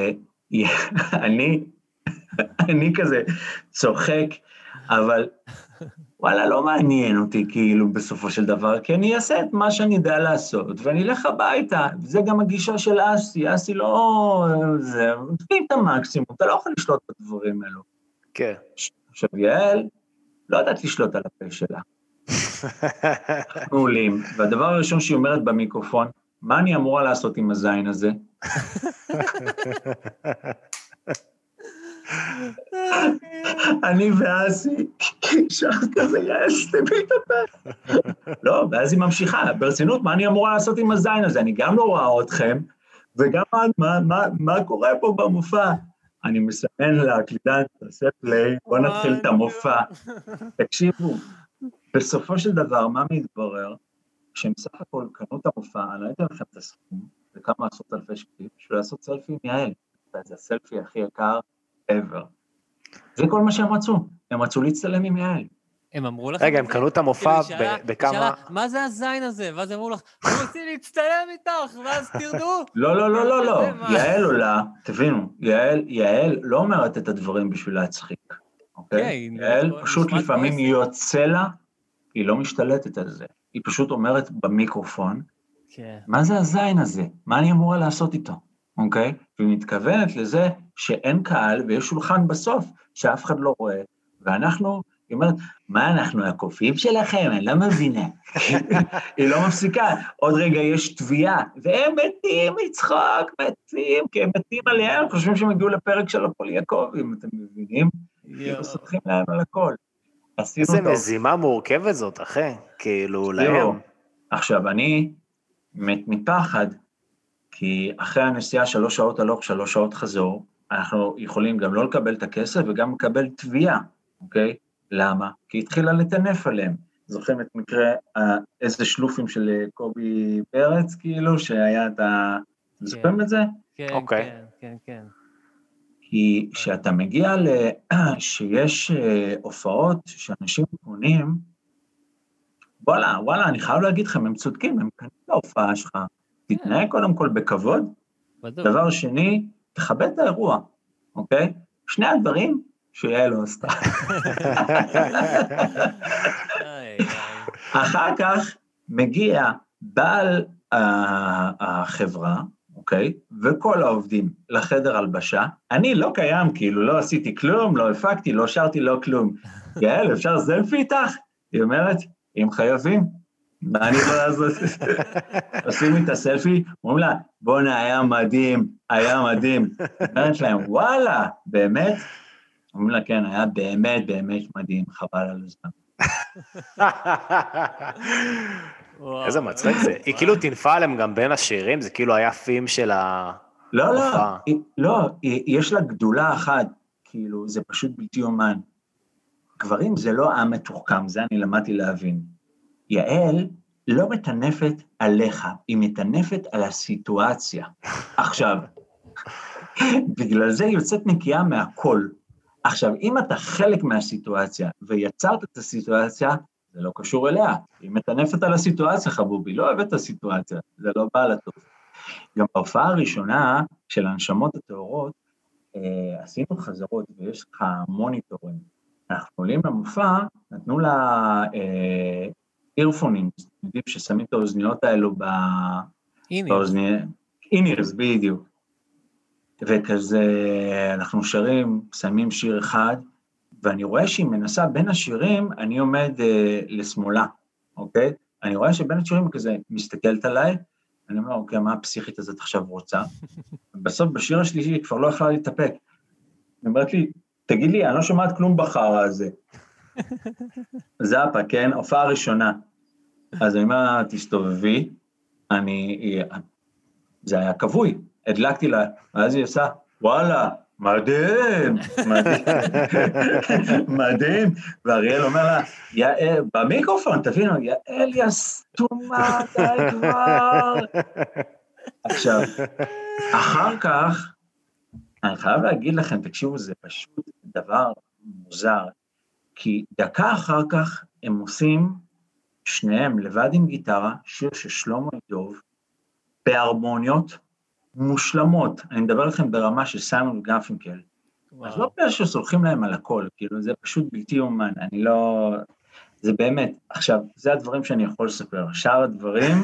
אני, אני כזה צוחק, אבל וואלה, לא מעניין אותי כאילו בסופו של דבר, כי אני אעשה את מה שאני יודע לעשות, ואני אלך הביתה, וזה גם הגישה של אסי, אסי לא... זה, תגיד את המקסימום, אתה לא יכול לשלוט בדברים האלו. כן. עכשיו, יעל, לא יודעת לשלוט על הפה שלה. אנחנו עולים, והדבר הראשון שהיא אומרת במיקרופון, מה אני אמורה לעשות עם הזין הזה? אני ואסי, שח כזה, יש, תביא את הפה. לא, ואז היא ממשיכה, ברצינות, מה אני אמורה לעשות עם הזין הזה? אני גם לא רואה אתכם, וגם מה, מה, מה קורה פה במופע? אני מסמן להקליטן, תעשה פליי, בוא נתחיל את המופע. תקשיבו, בסופו של דבר, מה מתברר? כשהם סך הכל קנו את המופע, אני לא הייתי לכם את הסכום, וכמה עשרות אלפי שקלים, בשביל לעשות סלפי עם יעל. זה הסלפי הכי יקר ever. זה כל מה שהם רצו, הם רצו להצטלם עם יעל. הם אמרו לך... רגע, הם קנו את המופע בכמה... מה זה הזין הזה? ואז הם אמרו לך, הם רוצים להצטלם איתך, ואז תרדו. לא, לא, לא, לא, לא. יעל עולה, תבינו, יעל לא אומרת את הדברים בשביל להצחיק, אוקיי? יעל פשוט לפעמים יוצא לה, היא לא משתלטת על זה. היא פשוט אומרת במיקרופון, מה זה הזין הזה? מה אני אמורה לעשות איתו? אוקיי? והיא מתכוונת לזה שאין קהל ויש שולחן בסוף שאף אחד לא רואה, ואנחנו, היא אומרת, מה אנחנו הקופים שלכם? אני לא מבינה. היא לא מפסיקה. עוד רגע יש תביעה, והם מתים מצחוק, מתים, כי הם מתים עליהם, חושבים שהם הגיעו לפרק של הפול יעקב, אם אתם מבינים, כאילו סותחים להם על הכל. איזה מזימה מורכבת זאת, אחי, כאילו להם. עכשיו, אני מת מפחד, כי אחרי הנסיעה שלוש שעות הלוך, שלוש שעות חזור, אנחנו יכולים גם לא לקבל את הכסף וגם לקבל תביעה, אוקיי? למה? כי התחילה לטנף עליהם. זוכרים את מקרה, איזה שלופים של קובי פרץ, כאילו, שהיה את ה... זוכרים את זה? כן, כן, כן, כן. כי כשאתה מגיע ל... שיש הופעות שאנשים פונים, וואלה, וואלה, אני חייב להגיד לכם, הם צודקים, הם קנים את ההופעה שלך, תתנהג קודם כל בכבוד, דבר שני, תכבד את האירוע, אוקיי? שני הדברים שיהיה לא עשתה. אחר כך מגיע בעל החברה, אוקיי? וכל העובדים לחדר הלבשה, אני לא קיים, כאילו לא עשיתי כלום, לא הפקתי, לא שרתי, לא כלום. יעל, אפשר סלפי איתך? היא אומרת, אם חייבים, מה אני יכול לעשות? עושים לי את הסלפי, אומרים לה, בונה, היה מדהים, היה מדהים. אומרת להם, וואלה, באמת? אומרים לה, כן, היה באמת, באמת מדהים, חבל על הזמן. איזה מצחיק זה. היא כאילו תנפה עליהם גם בין השירים, זה כאילו היה פים של ה... לא, לא, לא, יש לה גדולה אחת, כאילו, זה פשוט בלתי אומן. גברים זה לא עם מתוחכם, זה אני למדתי להבין. יעל לא מטנפת עליך, היא מטנפת על הסיטואציה. עכשיו, בגלל זה היא יוצאת נקייה מהכל. עכשיו, אם אתה חלק מהסיטואציה ויצרת את הסיטואציה, זה לא קשור אליה. היא מטנפת על הסיטואציה, חבובי, לא אוהבת את הסיטואציה, זה לא בא לטוב. גם בהופעה הראשונה של הנשמות הטהורות, אה, עשינו חזרות ויש לך מוניטורים. אנחנו עולים למופע, נתנו לה אה, אירפונים, יודעים ששמים את האוזניות האלו ב... באוזניות. אינירס, בדיוק. וכזה, אנחנו שרים, שמים שיר אחד, ואני רואה שהיא מנסה בין השירים, אני עומד אה, לשמאלה, אוקיי? אני רואה שבין השירים כזה מסתכלת עליי, אני אומר, אוקיי, מה הפסיכית הזאת עכשיו רוצה? בסוף, בשיר השלישי, היא כבר לא יכלה להתאפק. היא אומרת לי, תגיד לי, אני לא שומעת כלום בחרא הזה. זאפה, כן? הופעה ראשונה. אז אני אומר, תסתובבי, אני... זה היה קבוי, הדלקתי לה, ואז היא עושה, וואלה, מדהים, מדהים, מדהים, ואריאל אומר לה, יעל, במיקרופון, תבינו, יעל יא סתומה, די כבר. עכשיו, אחר כך, אני חייב להגיד לכם, תקשיבו, זה פשוט דבר מוזר, כי דקה אחר כך הם עושים, שניהם לבד עם גיטרה, שיר של שלמה דוב, בהרמוניות מושלמות, אני מדבר לכם ברמה של סיימון וגרפינקל, אז לא פעם שסולחים להם על הכל, כאילו זה פשוט בלתי אומן, אני לא, זה באמת, עכשיו, זה הדברים שאני יכול לספר, שאר הדברים,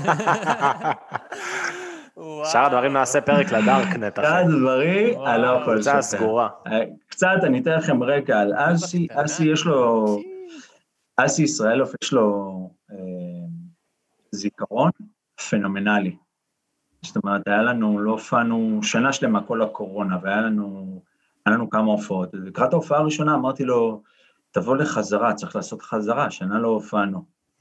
שאר הדברים נעשה פרק לדארקנט, אחי. שאר הדברים, אני לא יכול לספר. קבוצה סגורה. קצת, אני אתן לכם רקע על אסי, אסי יש לו, אסי ישראלוף יש לו זיכרון פנומנלי. זאת אומרת, היה לנו, לא הופענו שנה שלמה כל הקורונה, והיה לנו, היה לנו כמה הופעות. לקראת ההופעה הראשונה אמרתי לו, תבוא לחזרה, צריך לעשות חזרה, שנה לא הופענו.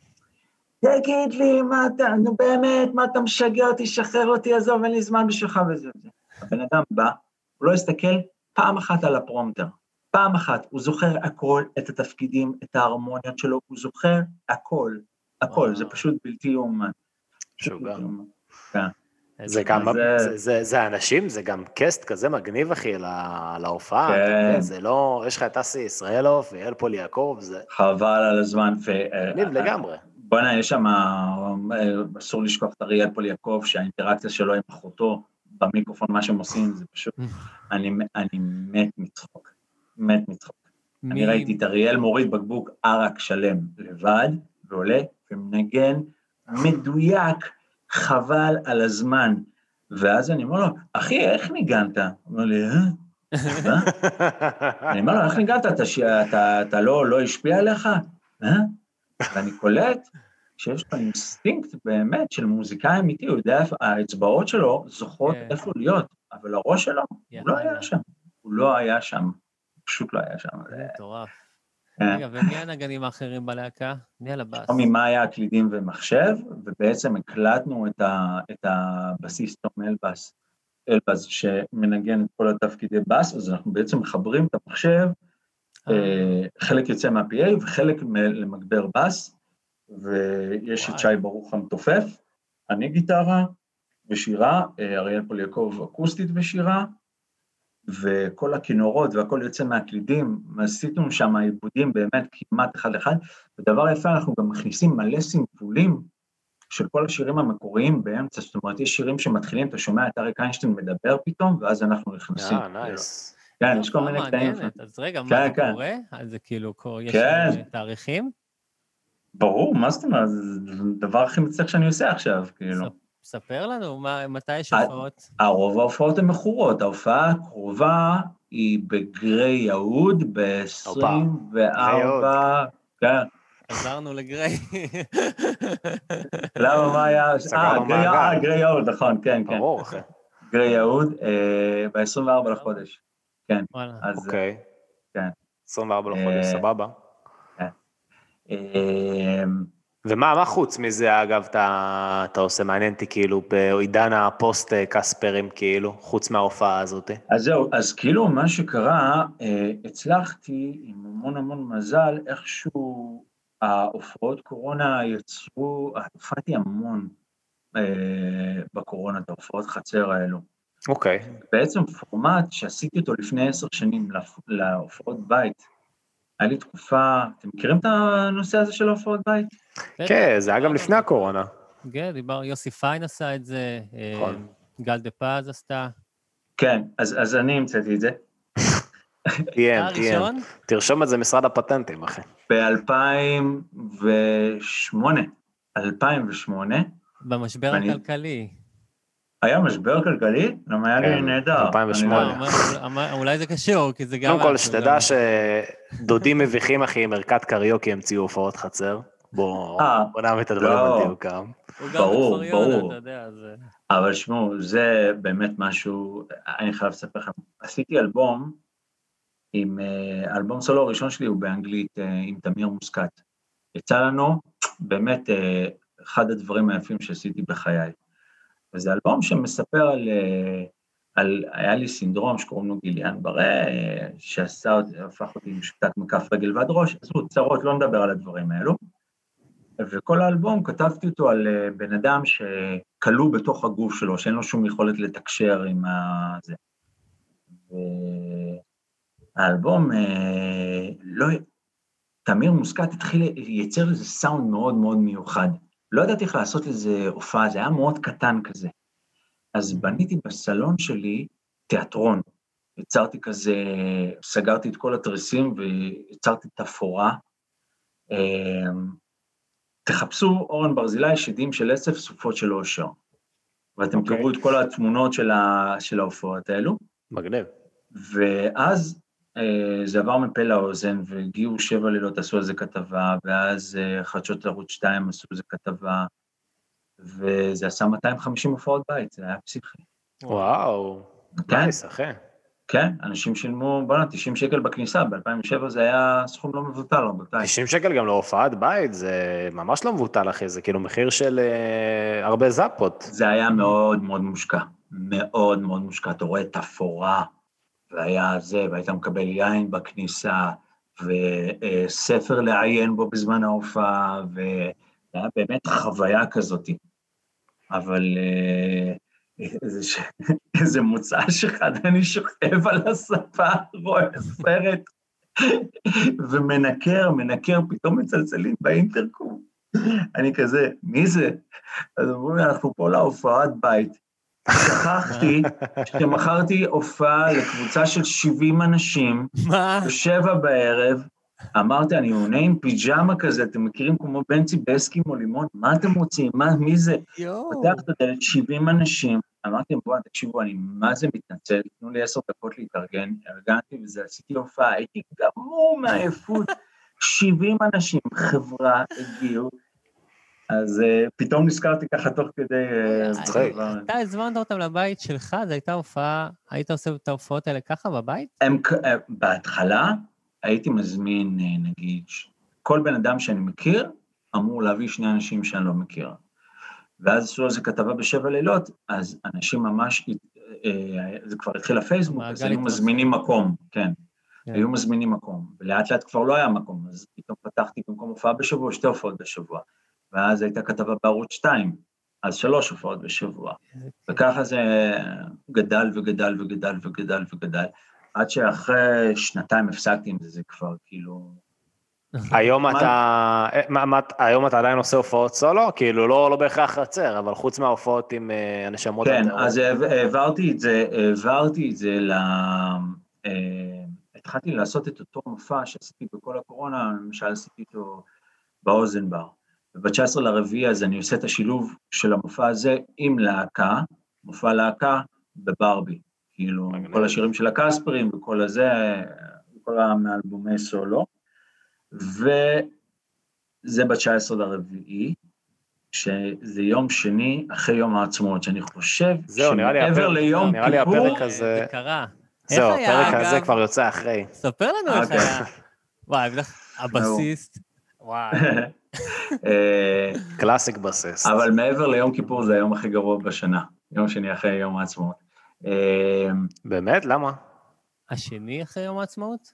תגיד לי, מה אתה, נו באמת, מה אתה משגע אותי, שחרר אותי, עזוב, אין לי זמן בשבילך וזה וזה. הבן אדם בא, הוא לא הסתכל פעם אחת על הפרומטר, פעם אחת, הוא זוכר הכל, את התפקידים, את ההרמוניות שלו, הוא זוכר הכל, הכל, זה פשוט בלתי יאומן. שוגע. כן. זה גם, זה אנשים, זה גם קסט כזה מגניב, אחי, להופעה, זה לא, יש לך את אסי ישראלוף ויעל פול יעקב, זה... חבל על הזמן, מגניב לגמרי. בוא'נה, יש שם, אסור לשכוח את אריאל פול יעקב, שהאינטראקציה שלו עם אחותו, במיקרופון, מה שהם עושים, זה פשוט, אני מת מצחוק, מת מצחוק. אני ראיתי את אריאל מוריד בקבוק ערק שלם לבד, ועולה ומנגן מדויק, חבל על הזמן, ואז אני אומר לו, אחי, איך ניגנת? הוא אומר לי, אה? אני אומר לו, איך ניגנת? אתה לא השפיע עליך? אה? ואני קולט שיש לו אינסטינקט באמת של מוזיקאי אמיתי, הוא יודע, האצבעות שלו זוכרות איפה להיות, אבל הראש שלו, הוא לא היה שם, הוא לא היה שם, פשוט לא היה שם. זה מטורף. רגע, ומי הנגנים האחרים בלהקה? מי על הבאס? ממה היה הקלידים ומחשב, ובעצם הקלטנו את הבסיס תום אלבאס, אלבאס שמנגן את כל התפקידי באס, אז אנחנו בעצם מחברים את המחשב, חלק יוצא מה-פי איי וחלק למגבר באס, ויש את שי ברוך המתופף, אני גיטרה ושירה, אריאל פול יעקב אקוסטית ושירה, וכל הכינורות והכל יוצא מהקלידים, עשינו שם עיבודים באמת כמעט אחד אחד, ודבר יפה, אנחנו גם מכניסים מלא סימפולים של כל השירים המקוריים באמצע, זאת אומרת, יש שירים שמתחילים, אתה שומע את אריק איינשטיין מדבר פתאום, ואז אנחנו נכנסים. אה, נייס. כן, יש כל מיני קטעים. אז רגע, מה זה קורה? אז זה כאילו, יש תאריכים? ברור, מה זאת אומרת? זה הדבר הכי מצליח שאני עושה עכשיו, כאילו. ספר לנו, מתי יש הופעות? הרוב ההופעות הן מכורות, ההופעה הקרובה היא בגרי יהוד, ב-עשרים וארבע, כן. עזרנו לגרי. למה, מה היה? אה, גרי יהוד, נכון, כן, כן. ברור, אחי. גרי יהוד, ב-עשרים וארבע לחודש, כן. אוקיי. כן. עשרים וארבע לחודש, סבבה. כן. ומה, מה חוץ מזה, אגב, אתה, אתה עושה מעניין אותי, כאילו, בעידן הפוסט קספרים, כאילו, חוץ מההופעה הזאת? אז זהו, אז כאילו, מה שקרה, הצלחתי, עם המון המון מזל, איכשהו ההופעות קורונה יצרו, הופעתי המון בקורונה, את ההופעות חצר האלו. אוקיי. בעצם פורמט שעשיתי אותו לפני עשר שנים להופעות בית. היה לי תקופה, אתם מכירים את הנושא הזה של ההופעות בית? כן, זה היה גם לפני הקורונה. כן, דיבר, יוסי פיין עשה את זה, נכון. גל דה פז עשתה. כן, אז, אז אני המצאתי את זה. תיים, תיים. תרשום את זה משרד הפטנטים, אחי. ב-אלפיים ושמונה. אלפיים ושמונה. במשבר הכלכלי. היה משבר כלכלי? למה היה לי נהדר. אלפיים ושמונה. אולי זה קשור, כי זה גם... קודם כל, שתדע שדודים מביכים, אחי, מרכת קריוקי המציאו הופעות חצר. בוא נעמד את הדברים בדיוקם. ברור, ברור. אבל שמעו, זה באמת משהו, אני חייב לספר לכם. עשיתי אלבום, עם אלבום סולו הראשון שלי הוא באנגלית עם תמיר מוסקת. יצא לנו באמת אחד הדברים היפים שעשיתי בחיי. וזה אלבום שמספר על, על, היה לי סינדרום שקוראים לו גיליאן ברה, שעשה, הפך אותי משותק מכף רגל ועד ראש, אז הוא צרות, לא נדבר על הדברים האלו. וכל האלבום כתבתי אותו על בן אדם שקלו בתוך הגוף שלו, שאין לו שום יכולת לתקשר עם זה. והאלבום, לא, תמיר מוסקת התחיל לייצר לזה סאונד מאוד מאוד מיוחד. לא ידעתי איך לעשות לזה הופעה, זה היה מאוד קטן כזה. אז בניתי בסלון שלי תיאטרון. יצרתי כזה, סגרתי את כל התריסים ויצרתי תפאורה. תחפשו אורן ברזילי, שדים של עשף, סופות של אושר. ואתם okay. תראו את כל התמונות של, ה, של ההופעות האלו. מגניב. ואז אה, זה עבר מפה לאוזן, והגיעו שבע לילות, עשו על זה כתבה, ואז אה, חדשות ערוץ שתיים עשו על זה כתבה, וזה עשה מאתיים וחמישים הופעות בית, זה היה פסיכי. וואו, נייס, אחי. כן, אנשים שילמו, בוא'נה, תשעים שקל בכניסה, ב-אלפיים ושבע זה היה סכום לא מבוטל, רבותיי. תשעים שקל גם להופעת בית, זה ממש לא מבוטל, אחי, זה כאילו מחיר של אה, הרבה זאפות. זה היה מאוד מאוד מושקע, מאוד מאוד מושקע, אתה רואה את אפורה, והיה זה, והיית מקבל יין בכניסה, וספר לעיין בו בזמן ההופעה, וזה היה באמת חוויה כזאת. אבל... אה, איזה, ש... איזה מוצא שאחד, אני שוכב על הספה, רואה סרט, ומנקר, מנקר, פתאום מצלצלים באינטרקום. אני כזה, מי זה? אז אמרו לי, אנחנו פה להופעת בית. שכחתי שמחרתי הופעה לקבוצה של שבעים אנשים, בשבע בערב, אמרתי, אני עונה עם פיג'מה כזה, אתם מכירים כמו בנצי בסקי או לימון, מה אתם רוצים? מה, מי זה? פתח את הדלת, שבעים אנשים, אמרתי, בואו, תקשיבו, אני מה זה מתנצל, תנו לי עשר דקות להתארגן, ארגנתי וזה, עשיתי הופעה, הייתי גמור מהעייפות, שבעים אנשים, חברה, הגיעו, אז פתאום נזכרתי ככה תוך כדי... אתה הזמנת אותם לבית שלך, זו הייתה הופעה, היית עושה את ההופעות האלה ככה בבית? בהתחלה, הייתי מזמין, נגיד, כל בן אדם שאני מכיר, אמור להביא שני אנשים שאני לא מכיר. ואז עשו על זה כתבה בשבע לילות, אז אנשים ממש, זה כבר התחיל לפייסבוק, אז היו מזמינים מקום, כן, היו מזמינים מקום, ולאט לאט כבר לא היה מקום, אז פתאום פתחתי במקום הופעה בשבוע, שתי הופעות בשבוע, ואז הייתה כתבה בערוץ שתיים, אז שלוש הופעות בשבוע, וככה זה גדל וגדל וגדל וגדל וגדל, עד שאחרי שנתיים הפסקתי עם זה, זה כבר כאילו... היום אתה, היום אתה עדיין עושה הופעות סולו? כאילו לא, לא בהכרח חצר, אבל חוץ מההופעות עם הנשמות... כן, אז העברתי את זה, העברתי את זה ל... התחלתי לעשות את אותו מופע שעשיתי בכל הקורונה, למשל עשיתי אותו באוזן בר. וב-תשעה עשר לרביעי, אז אני עושה את השילוב של המופע הזה עם להקה, מופע להקה בברבי. כאילו, כל השירים של הקספרים וכל הזה, כל האלבומי סולו, וזה ב-תשעה עשר לרביעי, שזה יום שני אחרי יום העצמאות, שאני חושב שמעבר ליום כיפור... נראה לי הפרק הזה... זה קרה. זהו, הפרק הזה כבר יוצא אחרי. ספר לנו איך היה. וואי, הבסיסט, וואי. קלאסיק בסיסט. אבל מעבר ליום כיפור זה היום הכי גרוע בשנה, יום שני אחרי יום העצמאות. באמת? למה? השני אחרי יום העצמאות?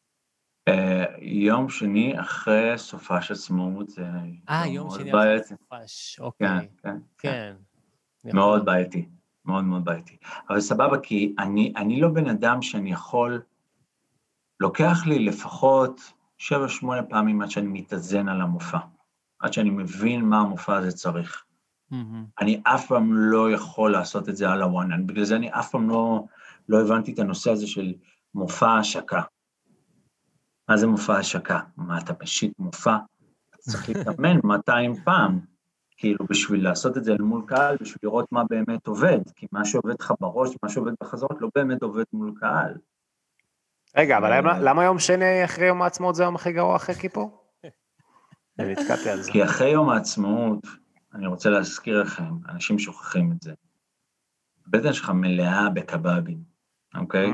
יום שני אחרי סופש עצמאות. אה, יום שני אחרי סופש, אוקיי. כן, כן. מאוד בעייתי. מאוד מאוד בעייתי. אבל סבבה, כי אני, אני לא בן אדם שאני יכול, לוקח לי לפחות שבע, שמונה פעמים עד שאני מתאזן על המופע, עד שאני מבין מה המופע הזה צריך. Mm-hmm. אני אף פעם לא יכול לעשות את זה על הוואן, בגלל זה אני אף פעם לא, לא הבנתי את הנושא הזה של מופע השקה. מה זה מופע השקה? מה אתה פשיט מופע? אתה צריך להתאמן מאתיים פעם, כאילו בשביל לעשות את זה מול קהל, בשביל לראות מה באמת עובד, כי מה שעובד לך בראש, מה שעובד בחזרות, לא באמת עובד מול קהל. רגע, אבל למה, למה יום שני אחרי יום העצמאות זה יום הכי גרוע אחרי כיפור? אני התקעתי על זה. כי אחרי יום העצמאות, אני רוצה להזכיר לכם, אנשים שוכחים את זה, הבטן שלך מלאה בקבבים, אוקיי?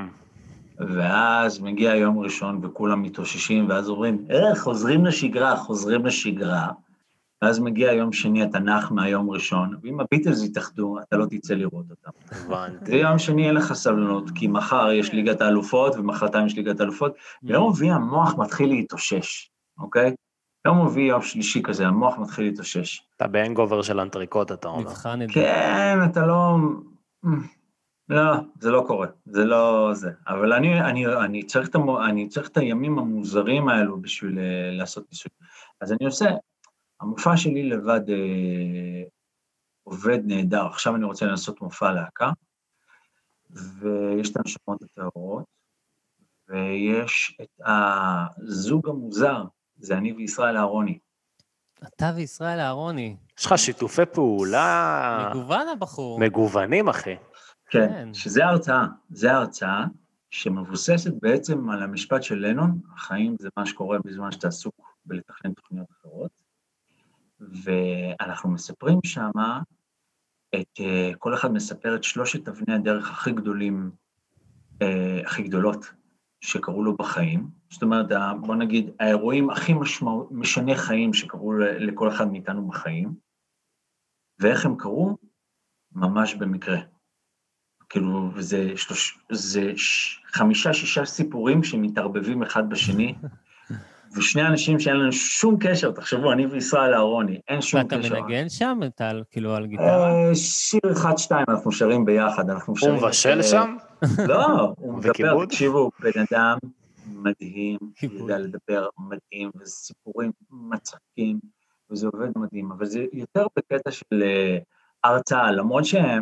ואז מגיע יום ראשון וכולם מתאוששים, ואז אומרים, אה, חוזרים לשגרה, חוזרים לשגרה, ואז מגיע יום שני, אתה נח מהיום ראשון, ואם הביטלס יתאחדו, אתה לא תצא לראות אותם. הבנתי. ויום שני אין לך סבלנות, כי מחר יש ליגת האלופות, ומחרתיים יש ליגת האלופות, ויום רביעי המוח מתחיל להתאושש, אוקיי? יום רביעי, יום שלישי כזה, המוח מתחיל להתאושש. אתה בהנגובר של אנטריקוט, אתה אומר. נבחן את זה. כן, אתה לא... לא, זה לא קורה, זה לא זה. אבל אני, אני, אני צריך את, אני צריך את הימים המוזרים האלו בשביל לעשות ניסוי. אז אני עושה, המופע שלי לבד אה, עובד נהדר. עכשיו אני רוצה לנסות מופע להקה, ויש את הנשמות הטהורות, ויש את הזוג המוזר, זה אני וישראל אהרוני. אתה וישראל אהרוני. יש לך שיתופי פעולה... מגוון הבחור. מגוונים, אחי. כן, שזה הרצאה, זה הרצאה שמבוססת בעצם על המשפט של לנון, החיים זה מה שקורה בזמן שאתה עסוק בלתכנן תוכניות אחרות, ואנחנו מספרים שמה, את, כל אחד מספר את שלושת אבני הדרך הכי גדולים, הכי גדולות שקראו לו בחיים, זאת אומרת, בוא נגיד, האירועים הכי משמע, משנה חיים שקראו לכל אחד מאיתנו בחיים, ואיך הם קראו? ממש במקרה. כאילו, זה, שלוש, זה ש, חמישה, שישה סיפורים שמתערבבים אחד בשני, ושני אנשים שאין לנו שום קשר, תחשבו, אני וישראל אהרוני, אין שום ואתה קשר. ואתה מנגן שם, אתה כאילו על גיטרה? שיר אחד, שתיים, אנחנו שרים ביחד, אנחנו שרים... הוא מבשל שם? לא, הוא מדבר, תקשיבו, בן אדם מדהים, יודע לדבר מדהים, וזה סיפורים מצחיקים, וזה עובד מדהים, אבל זה יותר בקטע של הרצאה, למרות שהם,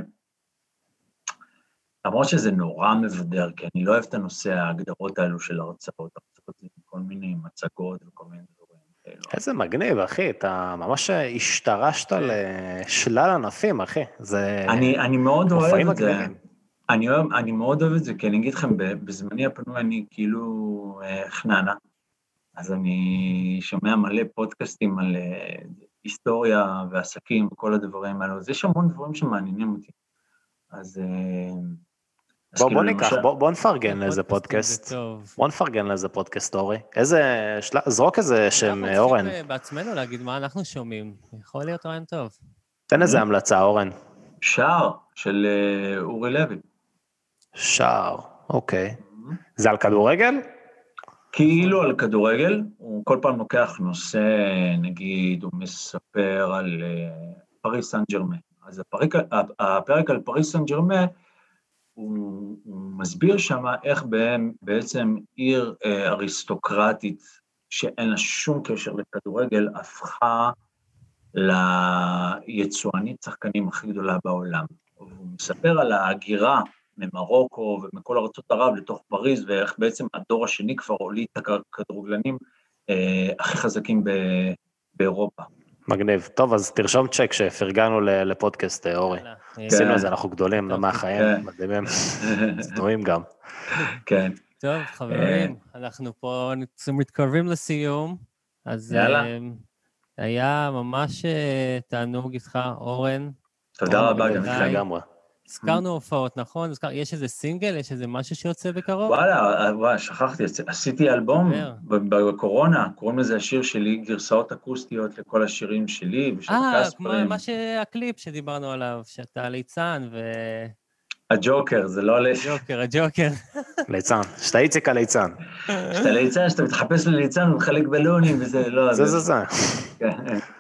למרות שזה נורא מבדר, כי אני לא אוהב את הנושא ההגדרות האלו של הרצאות, הרצאות זה כל מיני מצגות וכל מיני דברים כאלו. איזה מגניב, אחי, אתה ממש השתרשת לשלל ענפים, אחי. אני, אני מאוד אוהב את זה. אני, אוהב, אני מאוד אוהב את זה, כי אני אגיד לכם, בזמני הפנוי אני כאילו חננה, אז אני שומע מלא פודקאסטים על היסטוריה ועסקים וכל הדברים האלו, אז יש המון דברים שמעניינים אותי. אז... בוא, בוא ניקח, בוא, בוא נפרגן לאיזה פודקאסט, בוא נפרגן לאיזה פודקאסט, אורי. איזה, של... זרוק איזה שם, אורן. אנחנו צריכים בעצמנו להגיד מה אנחנו שומעים, יכול להיות רעיון טוב. תן איזה המלצה, אורן. שער, של אורי לוי. שער, אוקיי. זה על כדורגל? כאילו על כדורגל, הוא כל פעם לוקח נושא, נגיד, הוא מספר על פריס סן ג'רמן. אז הפרק, הפרק על פריס סן ג'רמן, הוא, הוא מסביר שם איך בהם בעצם עיר אה, אריסטוקרטית שאין לה שום קשר לכדורגל, הפכה ליצואנית שחקנים הכי גדולה בעולם. הוא מספר על ההגירה ממרוקו ומכל ארצות ערב לתוך פריז, ואיך בעצם הדור השני כבר הוליד את הכדורגלנים אה, הכי חזקים ב, באירופה. מגניב. טוב, אז תרשום צ'ק שפרגנו לפודקאסט, אורי. עשינו את זה, אנחנו גדולים, לא מהחיים, מדהימים, סנועים גם. כן. טוב, חברים, אנחנו פה מתקרבים לסיום, אז היה ממש תענוג איתך, אורן. תודה רבה, גם לגמרי. הזכרנו הופעות, נכון? יש איזה סינגל, יש איזה משהו שיוצא בקרוב? וואלה, וואלה, שכחתי, עשיתי אלבום בקורונה, קוראים לזה השיר שלי, גרסאות אקוסטיות לכל השירים שלי, ושל קספרים. אה, כמו מה שהקליפ שדיברנו עליו, שאתה ליצן ו... הג'וקר, זה לא... הג'וקר, הג'וקר. ליצן, שאתה איציק הליצן. שאתה ליצן, שאתה מתחפש לליצן, הוא מחלק בלונים וזה, לא... זה זה זה.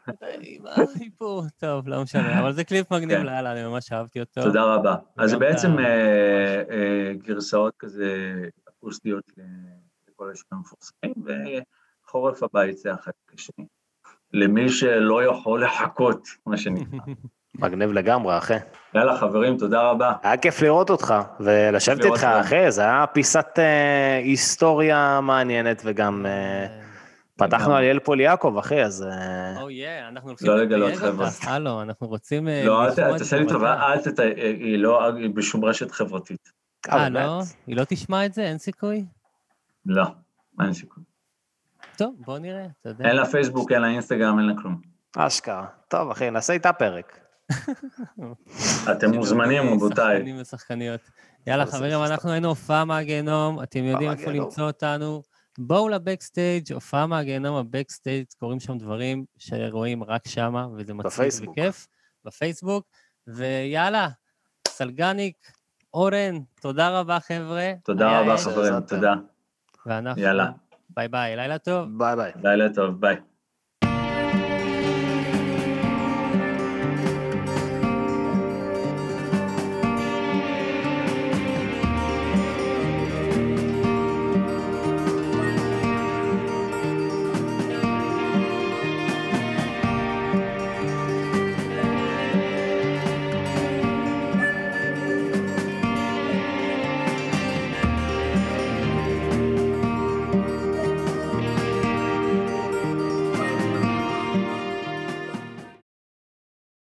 היא פה, טוב, לא משנה, אבל זה קליפ מגניב לאללה, אני ממש אהבתי אותו. תודה רבה. אז זה בעצם גרסאות כזה אקוסטיות לכל השנים המפורסמים, וחורף הבא יצא אחת כשני. למי שלא יכול לחכות, מה שנקרא. מגניב לגמרי, אחי. יאללה, חברים, תודה רבה. היה כיף לראות אותך, ולשבת איתך, אחי, זה היה פיסת היסטוריה מעניינת, וגם פתחנו על יעל פול יעקב, אחי, אז... או יא, אנחנו הולכים לא לגלות לתייג חבר'ה. אותך, הלו, אנחנו רוצים... לא, תעשה לי טובה, אל תת... היא לא בשום רשת חברתית. אה, לא? היא לא תשמע את זה? אין סיכוי? לא, אין סיכוי. טוב, בוא נראה, אתה יודע. אין לה פייסבוק, אין לה אינסטגרם, אין לה כלום. אשכרה. טוב, אחי, נעשה איתה פרק. אתם מוזמנים, רבותיי. שחקנים ושחקניות. יאללה, חברים, אנחנו היינו הופעה מהגיהנום, אתם יודעים איפה למצוא אותנו. בואו לבקסטייג', הופעה מהגיהנום, הבקסטייג', קוראים שם דברים שרואים רק שמה, וזה מצחיק וכיף. בפייסבוק. ויאללה, סלגניק, אורן, תודה רבה, חבר'ה. תודה רבה, חברים, תודה. ואנחנו, יאללה. ביי ביי, לילה טוב. ביי ביי. לילה טוב, ביי.